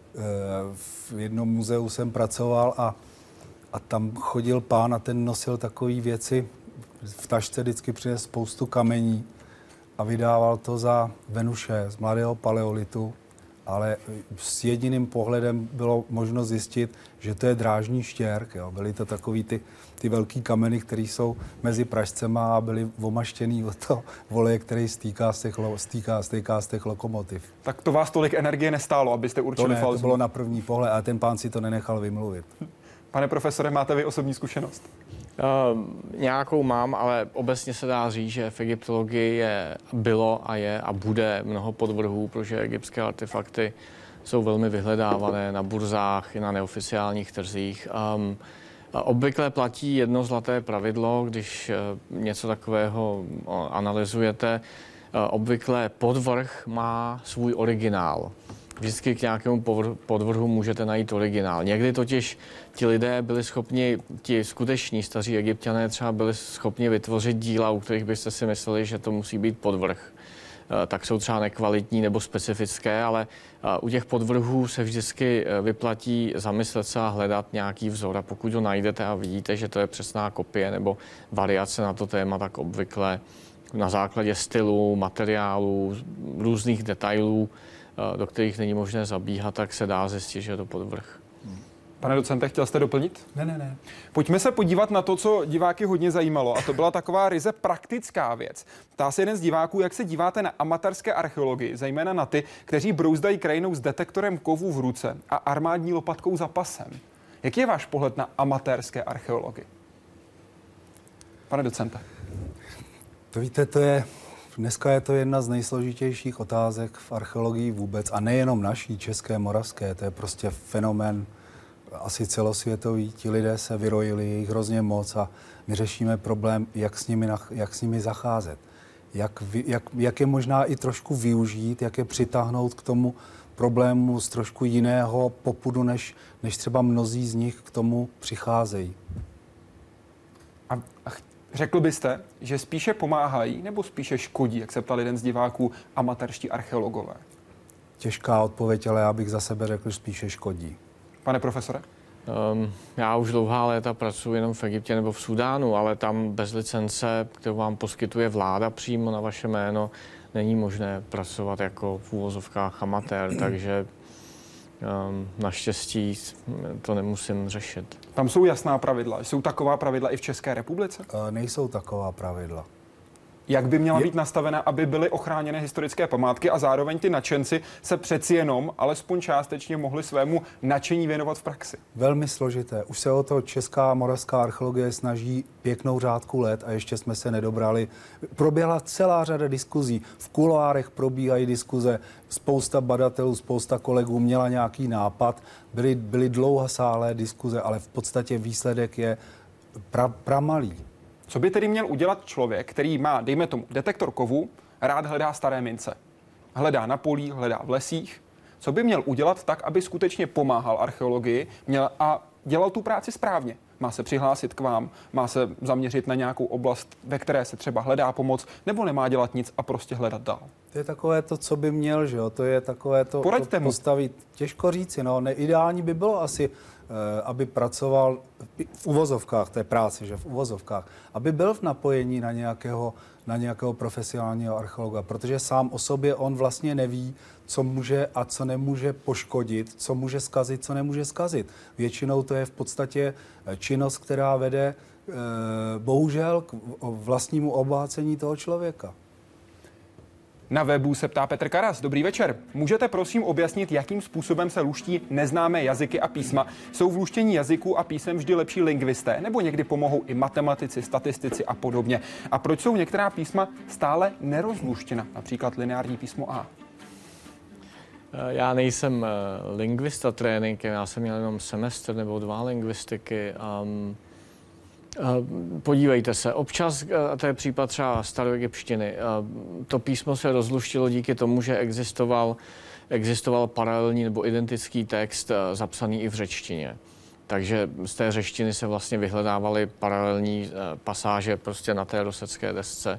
V jednom muzeu jsem pracoval a tam chodil pán a ten nosil takové věci. V tašce vždycky přines spoustu kamení a vydával to za Venuše z mladého paleolitu. Ale s jediným pohledem bylo možno zjistit, že to je drážní štěrk. Jo. Byly to takový ty velký kameny, které jsou mezi pražcema a byly omaštěný od toho voleje, který stýká z těch lokomotiv. Tak to vás tolik energie nestálo, abyste určili falzu? To bylo na první pohled, ale ten pán si to nenechal vymluvit. Pane profesore, máte vy osobní zkušenost? Nějakou mám, ale obecně se dá říct, že v egyptologii bylo a je a bude mnoho podvrhů, protože egyptské artefakty jsou velmi vyhledávané na burzách i na neoficiálních trzích. Obvykle platí jedno zlaté pravidlo, když něco takového analyzujete. Obvykle podvrh má svůj originál. Vždycky k nějakému podvrhu můžete najít originál. Někdy totiž ti lidé byli schopni, ti skuteční staří Egypťané třeba byli schopni vytvořit díla, u kterých byste si mysleli, že to musí být podvrh. Tak jsou třeba nekvalitní nebo specifické, ale u těch podvrhů se vždycky vyplatí zamyslet se a hledat nějaký vzor. A pokud ho najdete a vidíte, že to je přesná kopie nebo variace na to téma, tak obvykle na základě stylu, materiálu, různých detailů do kterých není možné zabíhat, tak se dá zjistit, že je to podvrh. Pane docente, chtěl jste doplnit? Ne. Pojďme se podívat na to, co diváky hodně zajímalo, a to byla taková ryze praktická věc. Ptá se jeden z diváků, jak se díváte na amatérské archeologii, zejména na ty, kteří brouzdají krajinou s detektorem kovů v ruce a armádní lopatkou za pasem. Jaký je váš pohled na amatérské archeologii? Pane docente. To víte, dneska je to jedna z nejsložitějších otázek v archeologii vůbec, a nejenom naší, české, moravské, to je prostě fenomén asi celosvětový. Ti lidé se vyrojili, je jich hrozně moc a my řešíme problém, jak s nimi zacházet. Jak je možná i trošku využít, jak je přitáhnout k tomu problému z trošku jiného popudu, než třeba mnozí z nich k tomu přicházejí. A řekl byste, že spíše pomáhají nebo spíše škodí, jak se ptal jeden z diváků, amatérští archeologové? Těžká odpověď, ale já bych za sebe řekl, že spíše škodí. Pane profesore? Já už dlouhá léta pracuji jenom v Egyptě nebo v Súdánu, ale tam bez licence, kterou vám poskytuje vláda přímo na vaše jméno, není možné pracovat jako v úvozovkách amatér, takže naštěstí to nemusím řešit. Tam jsou jasná pravidla. Jsou taková pravidla i v České republice? Nejsou taková pravidla. Jak by měla být nastavena, aby byly ochráněné historické památky a zároveň ty nadšenci se přeci jenom alespoň částečně mohli svému nadšení věnovat v praxi? Velmi složité. Už se o to česká a moravská archeologie snaží pěknou řádku let a ještě jsme se nedobrali. Proběhla celá řada diskuzí. V kuloárech probíhají diskuze. Spousta badatelů, spousta kolegů měla nějaký nápad. Byly dlouhasálé diskuze, ale v podstatě výsledek je pramalý. Co by tedy měl udělat člověk, který má, dejme tomu, detektor kovů, rád hledá staré mince? Hledá na polích, hledá v lesích. Co by měl udělat tak, aby skutečně pomáhal archeologii a dělal tu práci správně? Má se přihlásit k vám, má se zaměřit na nějakou oblast, ve které se třeba hledá pomoc, nebo nemá dělat nic a prostě hledat dál? To je takové to, co by měl, že jo? To je takové to postavit. Těžko říci, no. Neideální by bylo asi, aby pracoval v uvozovkách té práci, že v uvozovkách, aby byl v napojení na nějakého profesionálního archeologa, protože sám o sobě on vlastně neví, co může a co nemůže poškodit, co může zkazit, co nemůže zkazit. Většinou to je v podstatě činnost, která vede bohužel k vlastnímu obohacení toho člověka. Na webu se ptá Petr Karas. Dobrý večer. Můžete prosím objasnit, jakým způsobem se luští neznámé jazyky a písma? Jsou v luštění jazyků a písem vždy lepší lingvisté, nebo někdy pomohou i matematici, statistici a podobně? A proč jsou některá písma stále nerozluštěna, například lineární písmo A? Já nejsem lingvista tréninkem, já jsem měl jenom semestr nebo 2 lingvistiky. Podívejte se, občas, a to je případ třeba staroegyptštiny, to písmo se rozluštilo díky tomu, že existoval paralelní nebo identický text zapsaný i v řečtině. Takže z té řečtiny se vlastně vyhledávaly paralelní pasáže prostě na té rosecké desce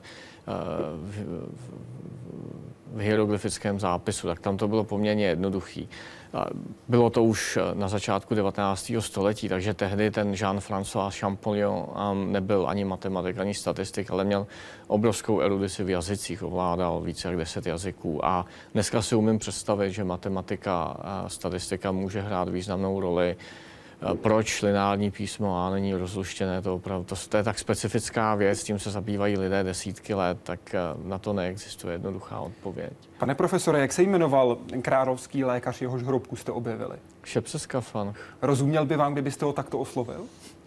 v hieroglyfickém zápisu, tak tam to bylo poměrně jednoduchý. Bylo to už na začátku 19. století, takže tehdy ten Jean-François Champollion nebyl ani matematik, ani statistik, ale měl obrovskou erudici v jazycích, ovládal více jak 10 jazyků. A dneska si umím představit, že matematika a statistika může hrát významnou roli. Proč lineární písmo A není rozluštěné, to je tak specifická věc, tím se zabývají lidé desítky let, tak na to neexistuje jednoduchá odpověď. Pane profesore, jak se jmenoval královský lékař, jehož hrobku jste objevili? Šepseskafang. Rozuměl by vám, kdybyste ho takto oslovil?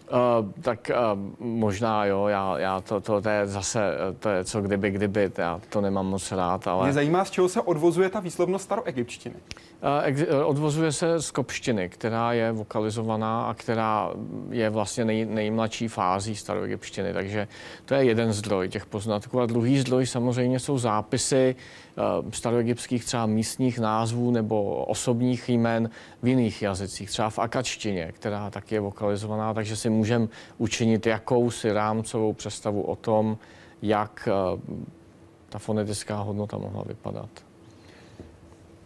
Možná jo, to je zase, to je co kdyby, já to nemám moc rád, ale... Mě zajímá, z čeho se odvozuje ta výslovnost staroegyptštiny. Odvozuje se z kopštiny, která je vokalizovaná a která je vlastně nejmladší fází staroegyptštiny, takže to je jeden zdroj těch poznatků. A druhý zdroj samozřejmě jsou zápisy staroegyptských třeba místních názvů nebo osobních jmen v jiných jazycích, třeba v akadštině, která taky je vokalizovaná, takže si můžeme učinit jakousi rámcovou představu o tom, jak ta fonetická hodnota mohla vypadat.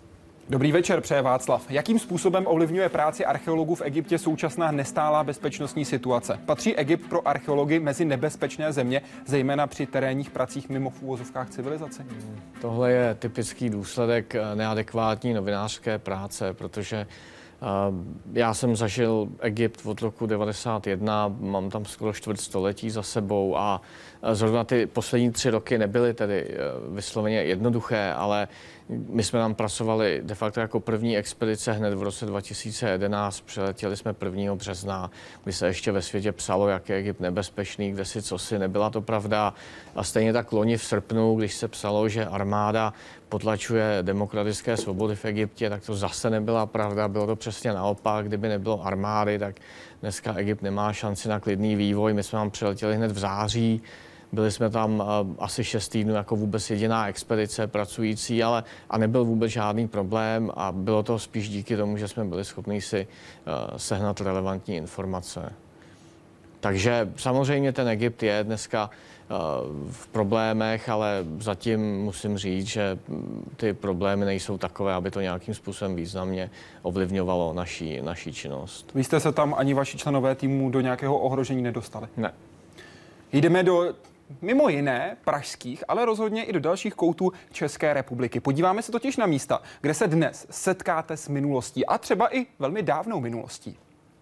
Dobrý večer, přeje Václav. Jakým způsobem ovlivňuje práci archeologů v Egyptě současná nestálá bezpečnostní situace? Patří Egypt pro archeology mezi nebezpečné země, zejména při terénních pracích mimo v úvozovkách civilizace? Tohle je typický důsledek neadekvátní novinářské práce, protože já jsem zažil Egypt od roku 1991, mám tam skoro čtvrtstoletí za sebou a zrovna ty poslední 3 roky nebyly tedy vysloveně jednoduché, ale my jsme tam pracovali de facto jako první expedice hned v roce 2011. Přiletěli jsme 1. března, kdy se ještě ve světě psalo, jak je Egypt nebezpečný, kde si cosi, nebyla to pravda. A stejně tak loni v srpnu, když se psalo, že armáda potlačuje demokratické svobody v Egyptě, tak to zase nebyla pravda, bylo to přesně naopak. Kdyby nebylo armády, tak dneska Egypt nemá šanci na klidný vývoj. My jsme tam přiletěli hned v září. Byli jsme tam asi 6 týdnů jako vůbec jediná expedice pracující, a nebyl vůbec žádný problém a bylo to spíš díky tomu, že jsme byli schopni si sehnat relevantní informace. Takže samozřejmě ten Egypt je dneska v problémech, ale zatím musím říct, že ty problémy nejsou takové, aby to nějakým způsobem významně ovlivňovalo naší činnost. Vy jste se tam ani vaši členové týmu do nějakého ohrožení nedostali? Ne. Jdeme do mimo jiné pražských, ale rozhodně i do dalších koutů České republiky. Podíváme se totiž na místa, kde se dnes setkáte s minulostí a třeba i velmi dávnou minulostí.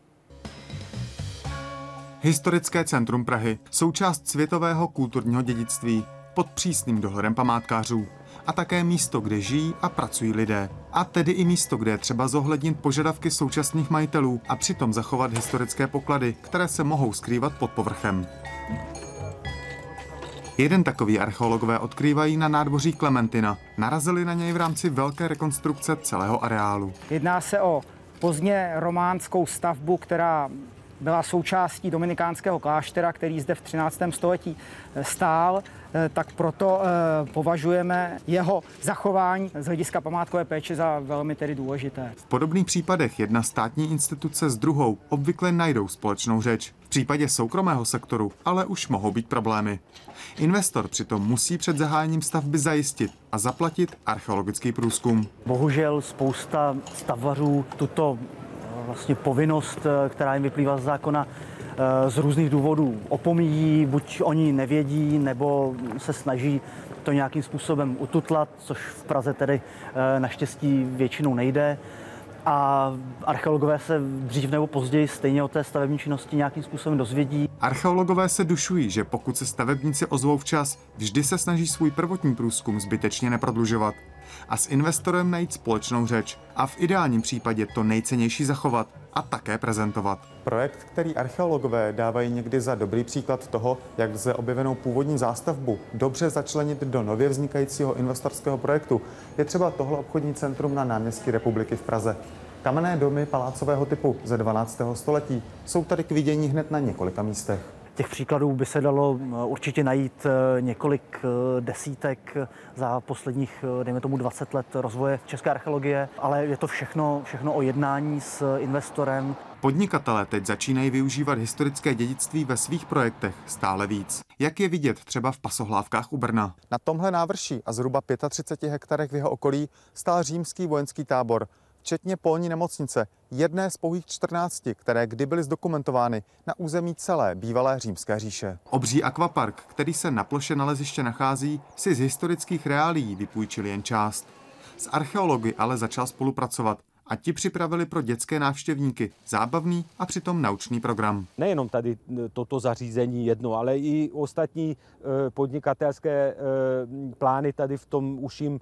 Historické centrum Prahy, součást světového kulturního dědictví, pod přísným dohledem památkářů. A také místo, kde žijí a pracují lidé. A tedy i místo, kde je třeba zohlednit požadavky současných majitelů a přitom zachovat historické poklady, které se mohou skrývat pod povrchem. Jeden takový archeologové odkrývají na nádvoří Klementina. Narazili na něj v rámci velké rekonstrukce celého areálu. Jedná se o pozdně románskou stavbu, která byla součástí dominikánského kláštera, který zde v 13. století stál, tak proto považujeme jeho zachování z hlediska památkové péče za velmi tedy důležité. V podobných případech jedna státní instituce s druhou obvykle najdou společnou řeč. V případě soukromého sektoru ale už mohou být problémy. Investor přitom musí před zahájením stavby zajistit a zaplatit archeologický průzkum. Bohužel spousta stavbařů tuto vlastně povinnost, která jim vyplývá z zákona, z různých důvodů opomíjí, buď oni nevědí, nebo se snaží to nějakým způsobem ututlat, což v Praze tedy naštěstí většinou nejde. A archeologové se dřív nebo později stejně o té stavební činnosti nějakým způsobem dozvědí. Archeologové se dušují, že pokud se stavebníci ozvou včas, vždy se snaží svůj prvotní průzkum zbytečně neprodlužovat a s investorem najít společnou řeč a v ideálním případě to nejcennější zachovat a také prezentovat. Projekt, který archeologové dávají někdy za dobrý příklad toho, jak lze objevenou původní zástavbu dobře začlenit do nově vznikajícího investorského projektu, je třeba tohle obchodní centrum na náměstí Republiky v Praze. Kamenné domy palácového typu ze 12. století jsou tady k vidění hned na několika místech. Těch příkladů by se dalo určitě najít několik desítek za posledních, dejme tomu, 20 let rozvoje české archeologie, ale je to všechno o jednání s investorem. Podnikatelé teď začínají využívat historické dědictví ve svých projektech stále víc. Jak je vidět třeba v Pasohlávkách u Brna. Na tomhle návrší a zhruba 35 hektarech v jeho okolí stál římský vojenský tábor, včetně polní nemocnice, jedné z pouhých 14, které kdy byly zdokumentovány na území celé bývalé římské říše. Obří akvapark, který se na ploše naleziště nachází, si z historických reálií vypůjčil jen část. S archeology ale začal spolupracovat a ti připravili pro dětské návštěvníky zábavný a přitom naučný program. Nejenom tady toto zařízení jedno, ale i ostatní podnikatelské plány tady v tom užším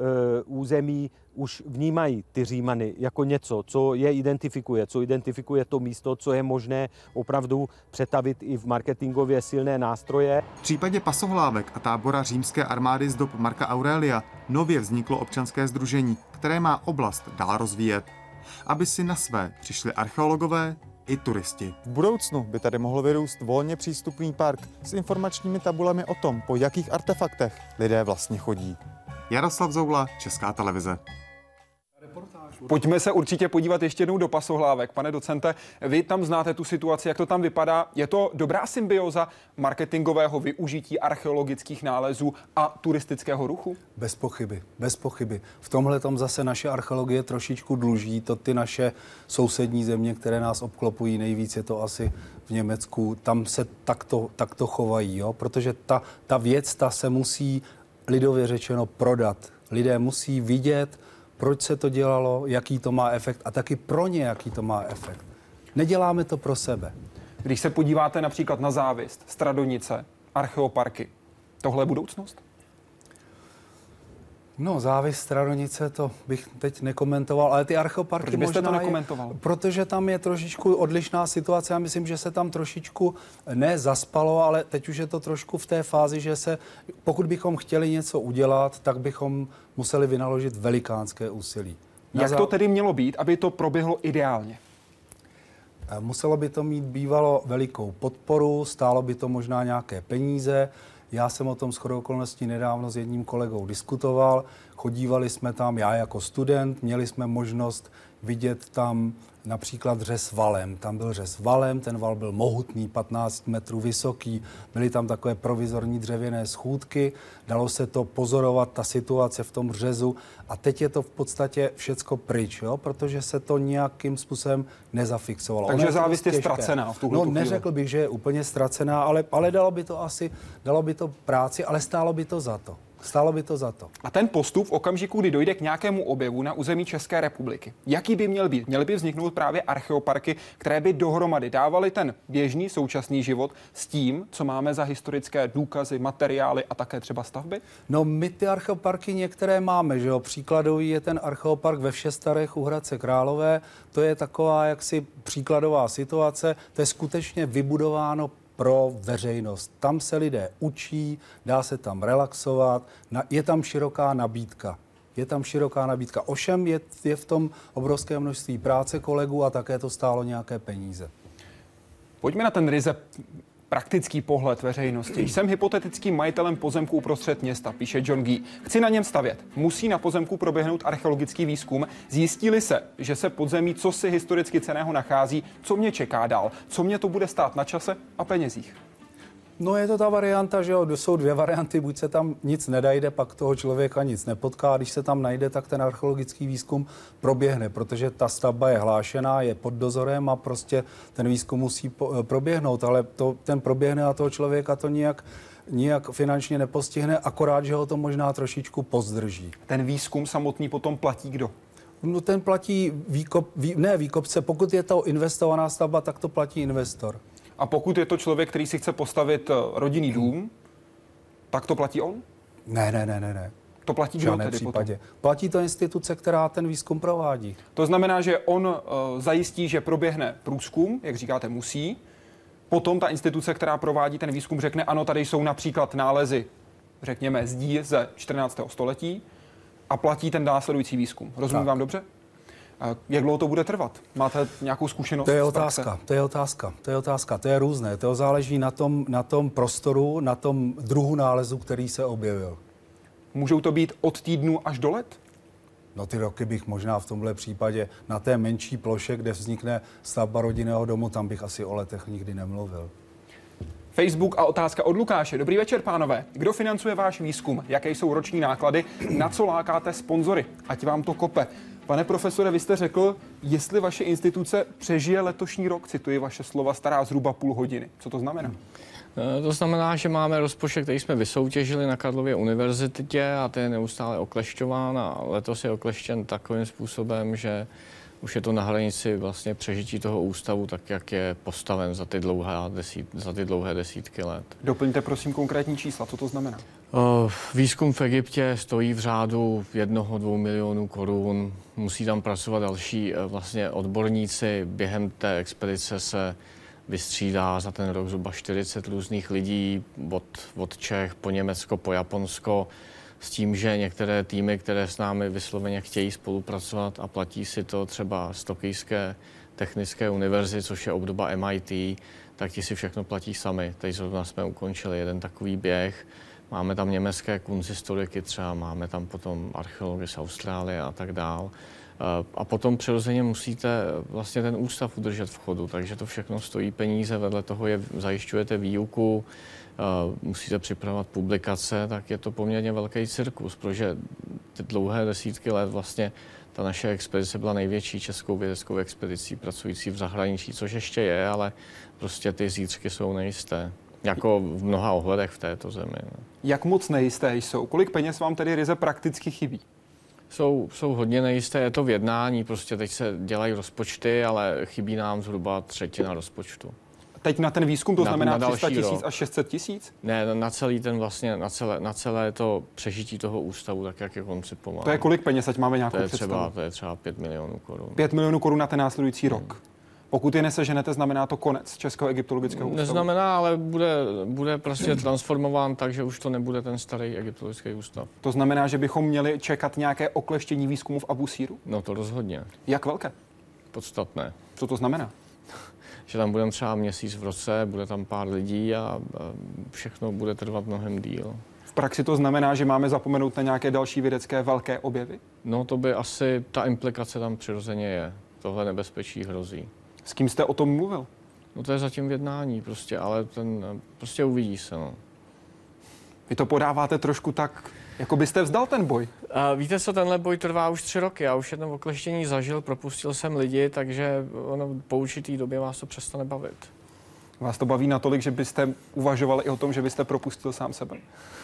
území už vnímají ty Římany jako něco, co je identifikuje, co identifikuje to místo, co je možné opravdu přetavit i v marketingově silné nástroje. V případě Pasohlávek a tábora římské armády z dob Marka Aurelia nově vzniklo občanské sdružení, které má oblast dál rozvíjet, aby si na své přišli archeologové i turisti. V budoucnu by tady mohl vyrůst volně přístupný park s informačními tabulemi o tom, po jakých artefaktech lidé vlastně chodí. Jaroslav Zoula, Česká televize. Pojďme se určitě podívat ještě jednou do pasohlávek. Pane docente, vy tam znáte tu situaci, jak to tam vypadá. Je to dobrá symbioza marketingového využití archeologických nálezů a turistického ruchu? Bez pochyby, bez pochyby. V tomhle tom zase naše archeologie trošičku dluží. To ty naše sousední země, které nás obklopují, nejvíc je to asi v Německu, tam se takto chovají, jo? Protože ta věc, ta se musí lidově řečeno prodat. Lidé musí vidět, proč se to dělalo, jaký to má efekt a taky pro ně, jaký to má efekt. Neděláme to pro sebe. Když se podíváte například na Závist, Stradonice, archeoparky, tohle je budoucnost? No, Závist, Stradonice, to bych teď nekomentoval, ale ty archeoparky Proč byste možná to nekomentoval? Protože tam je trošičku odlišná situace. Já myslím, že se tam trošičku nezaspalo, ale teď už je to trošku v té fázi, že pokud bychom chtěli něco udělat, tak bychom museli vynaložit velikánské úsilí. Jak to tedy mělo být, aby to proběhlo ideálně? Muselo by to mít bývalo velikou podporu, stálo by to možná nějaké peníze. Já jsem o tom shodou okolností nedávno s jedním kolegou diskutoval. Chodívali jsme tam, já jako student, měli jsme možnost vidět tam například řez valem. Tam byl řez valem, ten val byl mohutný, 15 metrů vysoký, byly tam takové provizorní dřevěné schůdky, dalo se to pozorovat, ta situace v tom řezu a teď je to v podstatě všecko pryč, jo? Protože se to nějakým způsobem nezafixovalo. Takže Závist je ztracená v tuhle chvíli. Neřekl bych, že je úplně ztracená, ale dalo by to práci, ale stálo by to za to. Stálo by to za to. A ten postup v okamžiku, kdy dojde k nějakému objevu na území České republiky, jaký by měl být? Měly by vzniknout právě archeoparky, které by dohromady dávaly ten běžný současný život s tím, co máme za historické důkazy, materiály a také třeba stavby? No, my ty archeoparky některé máme, že jo. Příkladový je ten archeopark ve Všestarech u Hradce Králové. To je taková jaksi příkladová situace. To je skutečně vybudováno pro veřejnost. Tam se lidé učí, dá se tam relaxovat, je tam široká nabídka. Ovšem je v tom obrovské množství práce kolegů a také to stálo nějaké peníze. Pojďme na ten ryze praktický pohled veřejnosti. Jsem hypotetickým majitelem pozemku uprostřed města, píše John Gee. Chci na něm stavět. Musí na pozemku proběhnout archeologický výzkum. Zjistí-li se, že se podzemí cosi historicky cenného nachází, co mě čeká dál, co mě to bude stát na čase a penězích. No je to ta varianta, že jo, jsou dvě varianty, buď se tam nic nedajde, pak toho člověka nic nepotká, když se tam najde, tak ten archeologický výzkum proběhne, protože ta stavba je hlášená, je pod dozorem a prostě ten výzkum musí proběhnout, ale ten proběhne a toho člověka to nijak finančně nepostihne, akorát, že ho to možná trošičku pozdrží. Ten výzkum samotný potom platí kdo? No ten platí výkopce, pokud je to investovaná stavba, tak to platí investor. A pokud je to člověk, který si chce postavit rodinný dům, tak to platí on? Ne. To platí kdo tedy případě. Potom? Platí to instituce, která ten výzkum provádí. To znamená, že on zajistí, že proběhne průzkum, jak říkáte, musí. Potom ta instituce, která provádí ten výzkum, řekne, ano, tady jsou například nálezy, řekněme, zdí ze 14. století a platí ten následující výzkum. Rozumím vám dobře? Jak dlouho to bude trvat? Máte nějakou zkušenost? To je otázka. To je různé. To záleží na tom prostoru, na tom druhu nálezu, který se objevil. Můžou to být od týdnu až do let? No ty roky bych možná v tomhle případě na té menší ploše, kde vznikne stavba rodinného domu, tam bych asi o letech nikdy nemluvil. Facebook a otázka od Lukáše. Dobrý večer, pánové. Kdo financuje váš výzkum? Jaké jsou roční náklady? Na co lákáte sponzory? Ať vám to kope. Pane profesore, vy jste řekl, jestli vaše instituce přežije letošní rok, cituji vaše slova, stará zhruba půl hodiny. Co to znamená? To znamená, že máme rozpočet, který jsme vysoutěžili na Karlově univerzitě a ten je neustále oklešťován a letos je okleštěn takovým způsobem, že už je to na hranici vlastně přežití toho ústavu, tak jak je postaven za ty dlouhé desítky let. Doplňte prosím konkrétní čísla, co to znamená? Výzkum v Egyptě stojí v řádu 1-2 milionů korun. Musí tam pracovat další vlastně odborníci. Během té expedice se vystřídá za ten rok zhruba 40 různých lidí od Čech po Německo, po Japonsko, s tím, že některé týmy, které s námi vysloveně chtějí spolupracovat a platí si to třeba z Tokijské technické univerzity, což je obdoba MIT, tak ti si všechno platí sami. Teď zrovna jsme ukončili jeden takový běh. Máme tam německé kunsthistoriky třeba, máme tam potom archeology z Austrálie a tak dál. A potom přirozeně musíte vlastně ten ústav udržet v chodu, takže to všechno stojí peníze, vedle toho zajišťujete výuku, musíte připravovat publikace, tak je to poměrně velký cirkus, protože ty dlouhé desítky let vlastně ta naše expedice byla největší českou vědeckou expedicí pracující v zahraničí, což ještě je, ale prostě ty zítřky jsou nejisté. Jako v mnoha ohledech v této zemi. Jak moc nejisté jsou? Kolik peněz vám tedy ryze prakticky chybí? Jsou hodně nejisté, je to v jednání, prostě teď se dělají rozpočty, ale chybí nám zhruba třetina rozpočtu. Teď na ten výzkum to znamená 300 000 rok. až 600 000? Ne, na celý ten vlastně, na celé to přežití toho ústavu, tak jak je koncipován. To je kolik peněz, ať máme nějakou představu? To je třeba 5 milionů korun. 5 milionů korun na ten následující rok. Pokud je neseženete, znamená to konec Českého egyptologického ústavu? Neznamená, ale bude prostě transformován tak, že už to nebude ten starý egyptologický ústav. To znamená, že bychom měli čekat nějaké okleštění výzkumu v Abu Síru? No to rozhodně. Jak velké? Podstatné. Co to znamená? Že tam budeme třeba měsíc v roce, bude tam pár lidí a všechno bude trvat mnohem díl. V praxi to znamená, že máme zapomenout na nějaké další vědecké velké objevy? No to by asi, ta implikace tam přirozeně je. Tohle nebezpečí hrozí. S kým jste o tom mluvil? No to je zatím v jednání prostě, ale prostě uvidí se, no. Vy to podáváte trošku tak, jako byste vzdal ten boj. Víte co, tenhle boj trvá už 3 roky. Já už jedno okleštění zažil, propustil jsem lidi, takže po určitý době vás to přestane bavit. Vás to baví natolik, že byste uvažovali i o tom, že byste propustil sám sebe?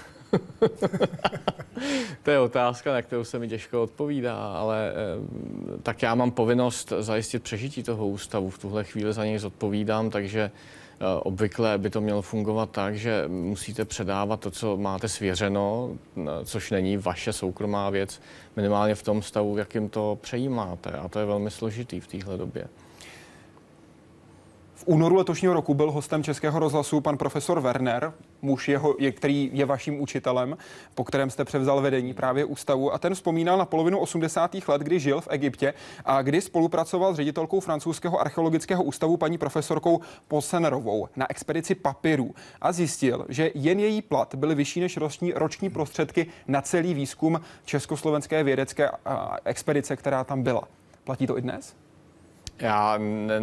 To je otázka, na kterou se mi těžko odpovídá, ale tak já mám povinnost zajistit přežití toho ústavu. V tuhle chvíli za něj zodpovídám, takže obvykle by to mělo fungovat tak, že musíte předávat to, co máte svěřeno, což není vaše soukromá věc, minimálně v tom stavu, v jakým to přejímáte. A to je velmi složitý v téhle době. V únoru letošního roku byl hostem Českého rozhlasu pan profesor Werner, muž, který je vaším učitelem, po kterém jste převzal vedení právě ústavu, a ten vzpomínal na polovinu 80. let, kdy žil v Egyptě a kdy spolupracoval s ředitelkou francouzského archeologického ústavu paní profesorkou Posenerovou na expedici papirů a zjistil, že jen její plat byl vyšší než roční prostředky na celý výzkum československé vědecké expedice, která tam byla. Platí to i dnes? Já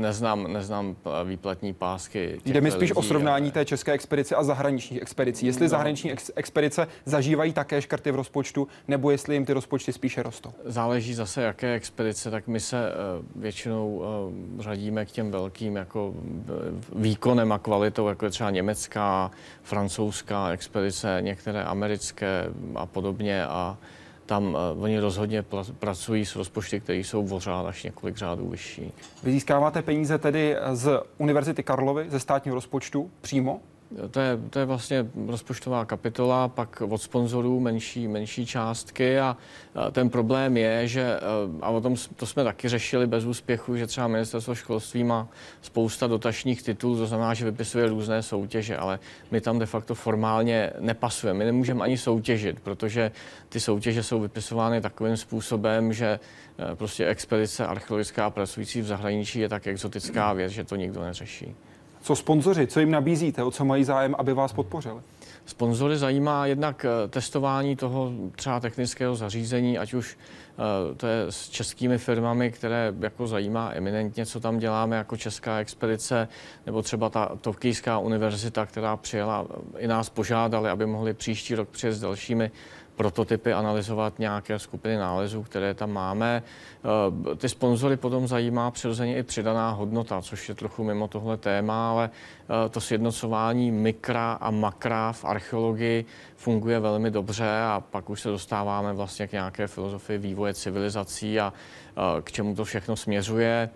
neznám výplatní pásky. Jde mi spíš o srovnání té české expedice a zahraničních expedicí. Jestli zahraniční expedice zažívají také škrty v rozpočtu, nebo jestli jim ty rozpočty spíše rostou? Záleží zase, jaké expedice, tak my se většinou řadíme k těm velkým jako výkonem a kvalitou, jako je třeba německá, francouzská expedice, některé americké a podobně, a tam oni rozhodně pracují s rozpočty, které jsou o řád až několik řádů vyšší. Vy získáváte peníze tedy z Univerzity Karlovy, ze státního rozpočtu přímo? To je vlastně rozpočtová kapitola, pak od sponzorů menší částky, a ten problém je, že, a o tom to jsme taky řešili bez úspěchu, že třeba ministerstvo školství má spousta dotačních titulů, to znamená, že vypisuje různé soutěže, ale my tam de facto formálně nepasujeme. My nemůžeme ani soutěžit, protože ty soutěže jsou vypisovány takovým způsobem, že prostě expedice archeologická pracující v zahraničí je tak exotická věc, že to nikdo neřeší. Co sponzoři, co jim nabízíte, o co mají zájem, aby vás podpořili? Sponzory zajímá jednak testování toho třeba technického zařízení, ať už to je s českými firmami, které jako zajímá eminentně, co tam děláme jako česká expedice, nebo třeba ta Tokijská univerzita, která přijela, i nás požádali, aby mohli příští rok přijet s dalšími prototypy, analyzovat nějaké skupiny nálezů, které tam máme. Ty sponzory potom zajímá přirozeně i přidaná hodnota, což je trochu mimo tohle téma, ale to sjednocování mikra a makra v archeologii funguje velmi dobře, a pak už se dostáváme vlastně k nějaké filozofii vývoje civilizací a k čemu to všechno směřuje.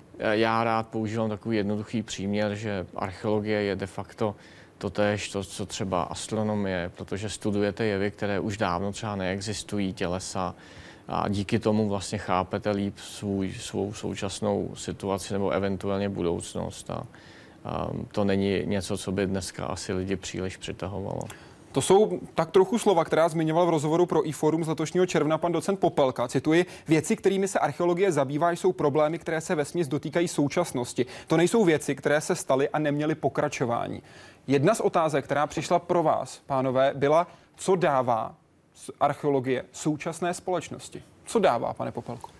Já rád používám takový jednoduchý příměr, že archeologie je de facto totéž to, co třeba astronomie, protože studujete jevy, které už dávno třeba neexistují, tělesa, a díky tomu vlastně chápete líp svou současnou situaci nebo eventuálně budoucnost. A to není něco, co by dneska asi lidi příliš přitahovalo. To jsou tak trochu slova, která zmiňoval v rozhovoru pro iForum z letošního června pan docent Popelka. Cituji, věci, kterými se archeologie zabývá, jsou problémy, které se vesměs dotýkají současnosti. To nejsou věci, které se staly a neměly pokračování. Jedna z otázek, která přišla pro vás, pánové, byla, co dává archeologie současné společnosti. Co dává, pane Popelko?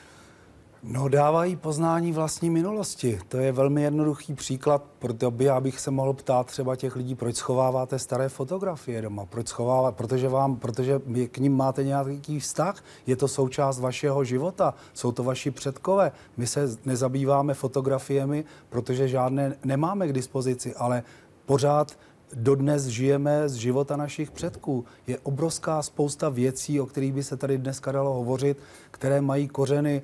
No, dávají poznání vlastní minulosti. To je velmi jednoduchý příklad, já bych se mohl ptát třeba těch lidí, proč schováváte staré fotografie doma, proč schovávat, protože k nim máte nějaký vztah, je to součást vašeho života, jsou to vaši předkové. My se nezabýváme fotografiemi, protože žádné nemáme k dispozici, ale pořád dodnes žijeme z života našich předků. Je obrovská spousta věcí, o kterých by se tady dneska dalo hovořit, které mají kořeny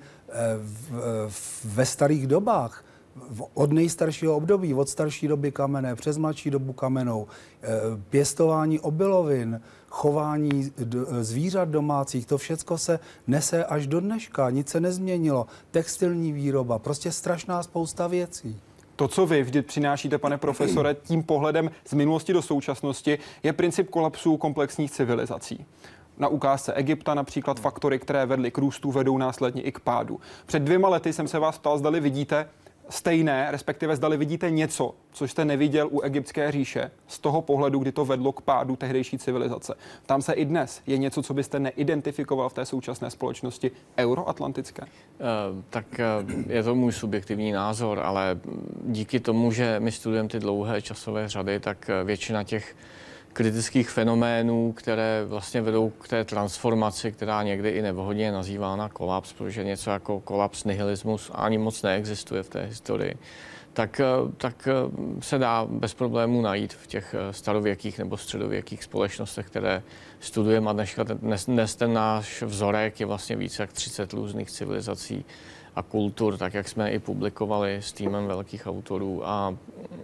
ve starých dobách. Od nejstaršího období, od starší doby kamenné, přes mladší dobu kamennou, pěstování obilovin, chování zvířat domácích, to všecko se nese až do dneška, nic se nezměnilo. Textilní výroba, prostě strašná spousta věcí. To, co vy vždy přinášíte, pane profesore, tím pohledem z minulosti do současnosti, je princip kolapsu komplexních civilizací. Na ukázce Egypta například faktory, které vedly k růstu, vedou následně i k pádu. Před 2 lety jsem se vás ptal, zdali vidíte stejné, respektive zdali vidíte něco, co jste neviděl u egyptské říše, z toho pohledu, kdy to vedlo k pádu tehdejší civilizace. Tam se i dnes je něco, co byste neidentifikoval v té současné společnosti euroatlantické? Tak je to můj subjektivní názor, ale díky tomu, že my studujeme ty dlouhé časové řady, tak většina těch kritických fenoménů, které vlastně vedou k té transformaci, která někdy i nevhodně je nazývána kolaps, protože něco jako kolaps, nihilismus ani moc neexistuje v té historii, tak se dá bez problémů najít v těch starověkých nebo středověkých společnostech, které studujeme. A dnes ten náš vzorek je vlastně více jak 30 různých civilizací a kultur, tak jak jsme i publikovali s týmem velkých autorů. A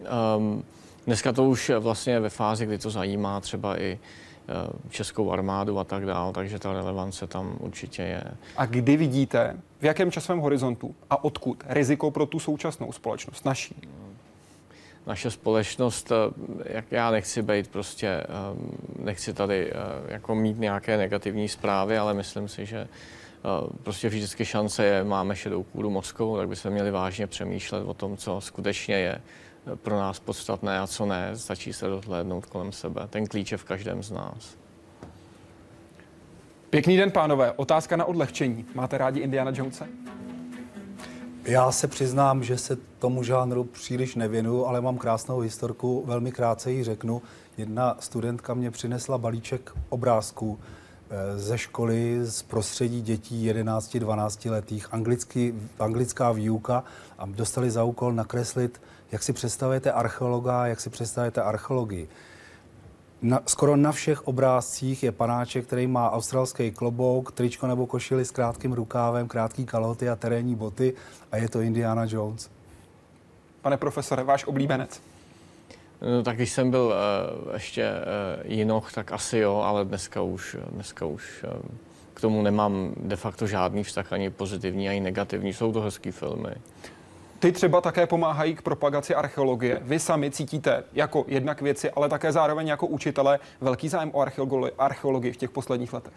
dneska to už vlastně je ve fázi, kdy to zajímá třeba i českou armádu a tak dále, takže ta relevance tam určitě je. A kdy vidíte, v jakém časovém horizontu a odkud riziko pro tu současnou společnost, naší? Naše společnost, jak já nechci být prostě, nechci tady jako mít nějaké negativní zprávy, ale myslím si, že prostě vždycky šance je, máme šedou kůru mozkovou, tak bychom měli vážně přemýšlet o tom, co skutečně je pro nás podstatné a co ne. Stačí se dohlédnout kolem sebe. Ten klíč je v každém z nás. Pěkný den, pánové. Otázka na odlehčení. Máte rádi Indiana Jonese? Já se přiznám, že se tomu žánru příliš nevěnuju, ale mám krásnou historku, velmi krátce ji řeknu. Jedna studentka mě přinesla balíček obrázků ze školy, z prostředí dětí 11-12 letých, anglická výuka, a dostali za úkol nakreslit, jak si představujete archeologa, jak si představujete archeologii. Skoro na všech obrázcích je panáček, který má australský klobouk, tričko nebo košili s krátkým rukávem, krátký kalhoty a terénní boty, a je to Indiana Jones. Pane profesore, váš oblíbenec? No, tak když jsem byl ještě jinoch, tak asi jo, ale dneska už k tomu nemám de facto žádný vztah, ani pozitivní, ani negativní. Jsou to hezký filmy. Ty třeba také pomáhají k propagaci archeologie. Vy sami cítíte jako jednak věci, ale také zároveň jako učitelé velký zájem o archeologii v těch posledních letech?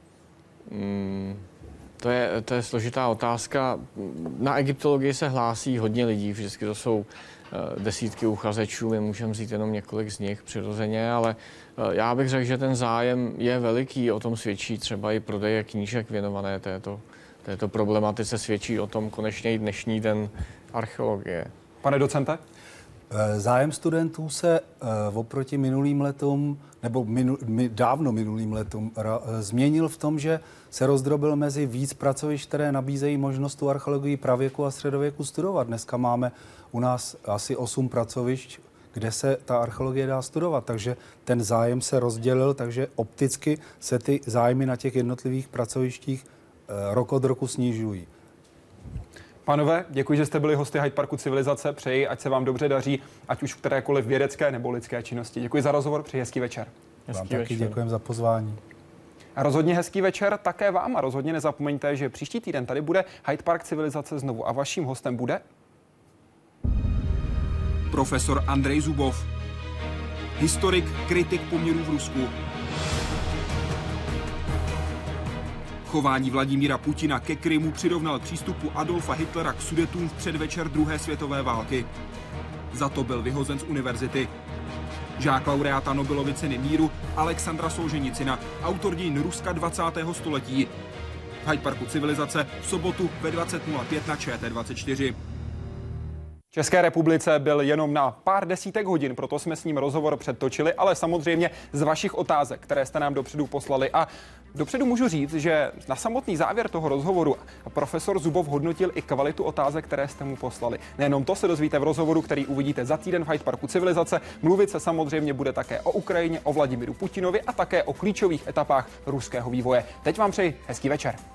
To je složitá otázka. Na egyptologii se hlásí hodně lidí, vždycky to jsou desítky uchazečů, my můžeme říct jenom několik z nich přirozeně, ale já bych řekl, že ten zájem je veliký, o tom svědčí třeba i prodeje knížek věnované této problematice, svědčí o tom konečně i dnešní den archeologie. Pane docente? Zájem studentů se oproti minulým letům, nebo dávno minulým letům, změnil v tom, že se rozdrobil mezi víc pracovišť, které nabízejí možnost tu archeologii pravěku a středověku studovat. Dneska máme u nás asi 8 pracovišť, kde se ta archeologie dá studovat, takže ten zájem se rozdělil, takže opticky se ty zájmy na těch jednotlivých pracovištích rok od roku snižují. Pánové, děkuji, že jste byli hosty Hyde Parku Civilizace. Přeji, ať se vám dobře daří, ať už v kterékoliv vědecké nebo lidské činnosti. Děkuji za rozhovor, přeji hezký večer. Vám taky děkujeme za pozvání. A rozhodně hezký večer také vám a rozhodně nezapomeňte, že příští týden tady bude Hyde Park Civilizace znovu a vaším hostem bude profesor Andrej Zubov. Historik, kritik poměrů v Rusku. Chování Vladimíra Putina ke Krymu přirovnal k přístupu Adolfa Hitlera k Sudetům v předvečer druhé světové války. Za to byl vyhozen z univerzity. Žák laureáta Nobelovy ceny míru Alexandra Solženicina, autor dějin Ruska 20. století. V Hyde Parku Civilizace v sobotu ve 20:05 na ČT24. České republice byl jenom na pár desítek hodin, proto jsme s ním rozhovor předtočili, ale samozřejmě z vašich otázek, které jste nám dopředu poslali. A dopředu můžu říct, že na samotný závěr toho rozhovoru profesor Zubov hodnotil i kvalitu otázek, které jste mu poslali. Nejenom to se dozvíte v rozhovoru, který uvidíte za týden v Hyde Parku Civilizace. Mluvit se samozřejmě bude také o Ukrajině, o Vladimiru Putinovi a také o klíčových etapách ruského vývoje. Teď vám přeji hezký večer.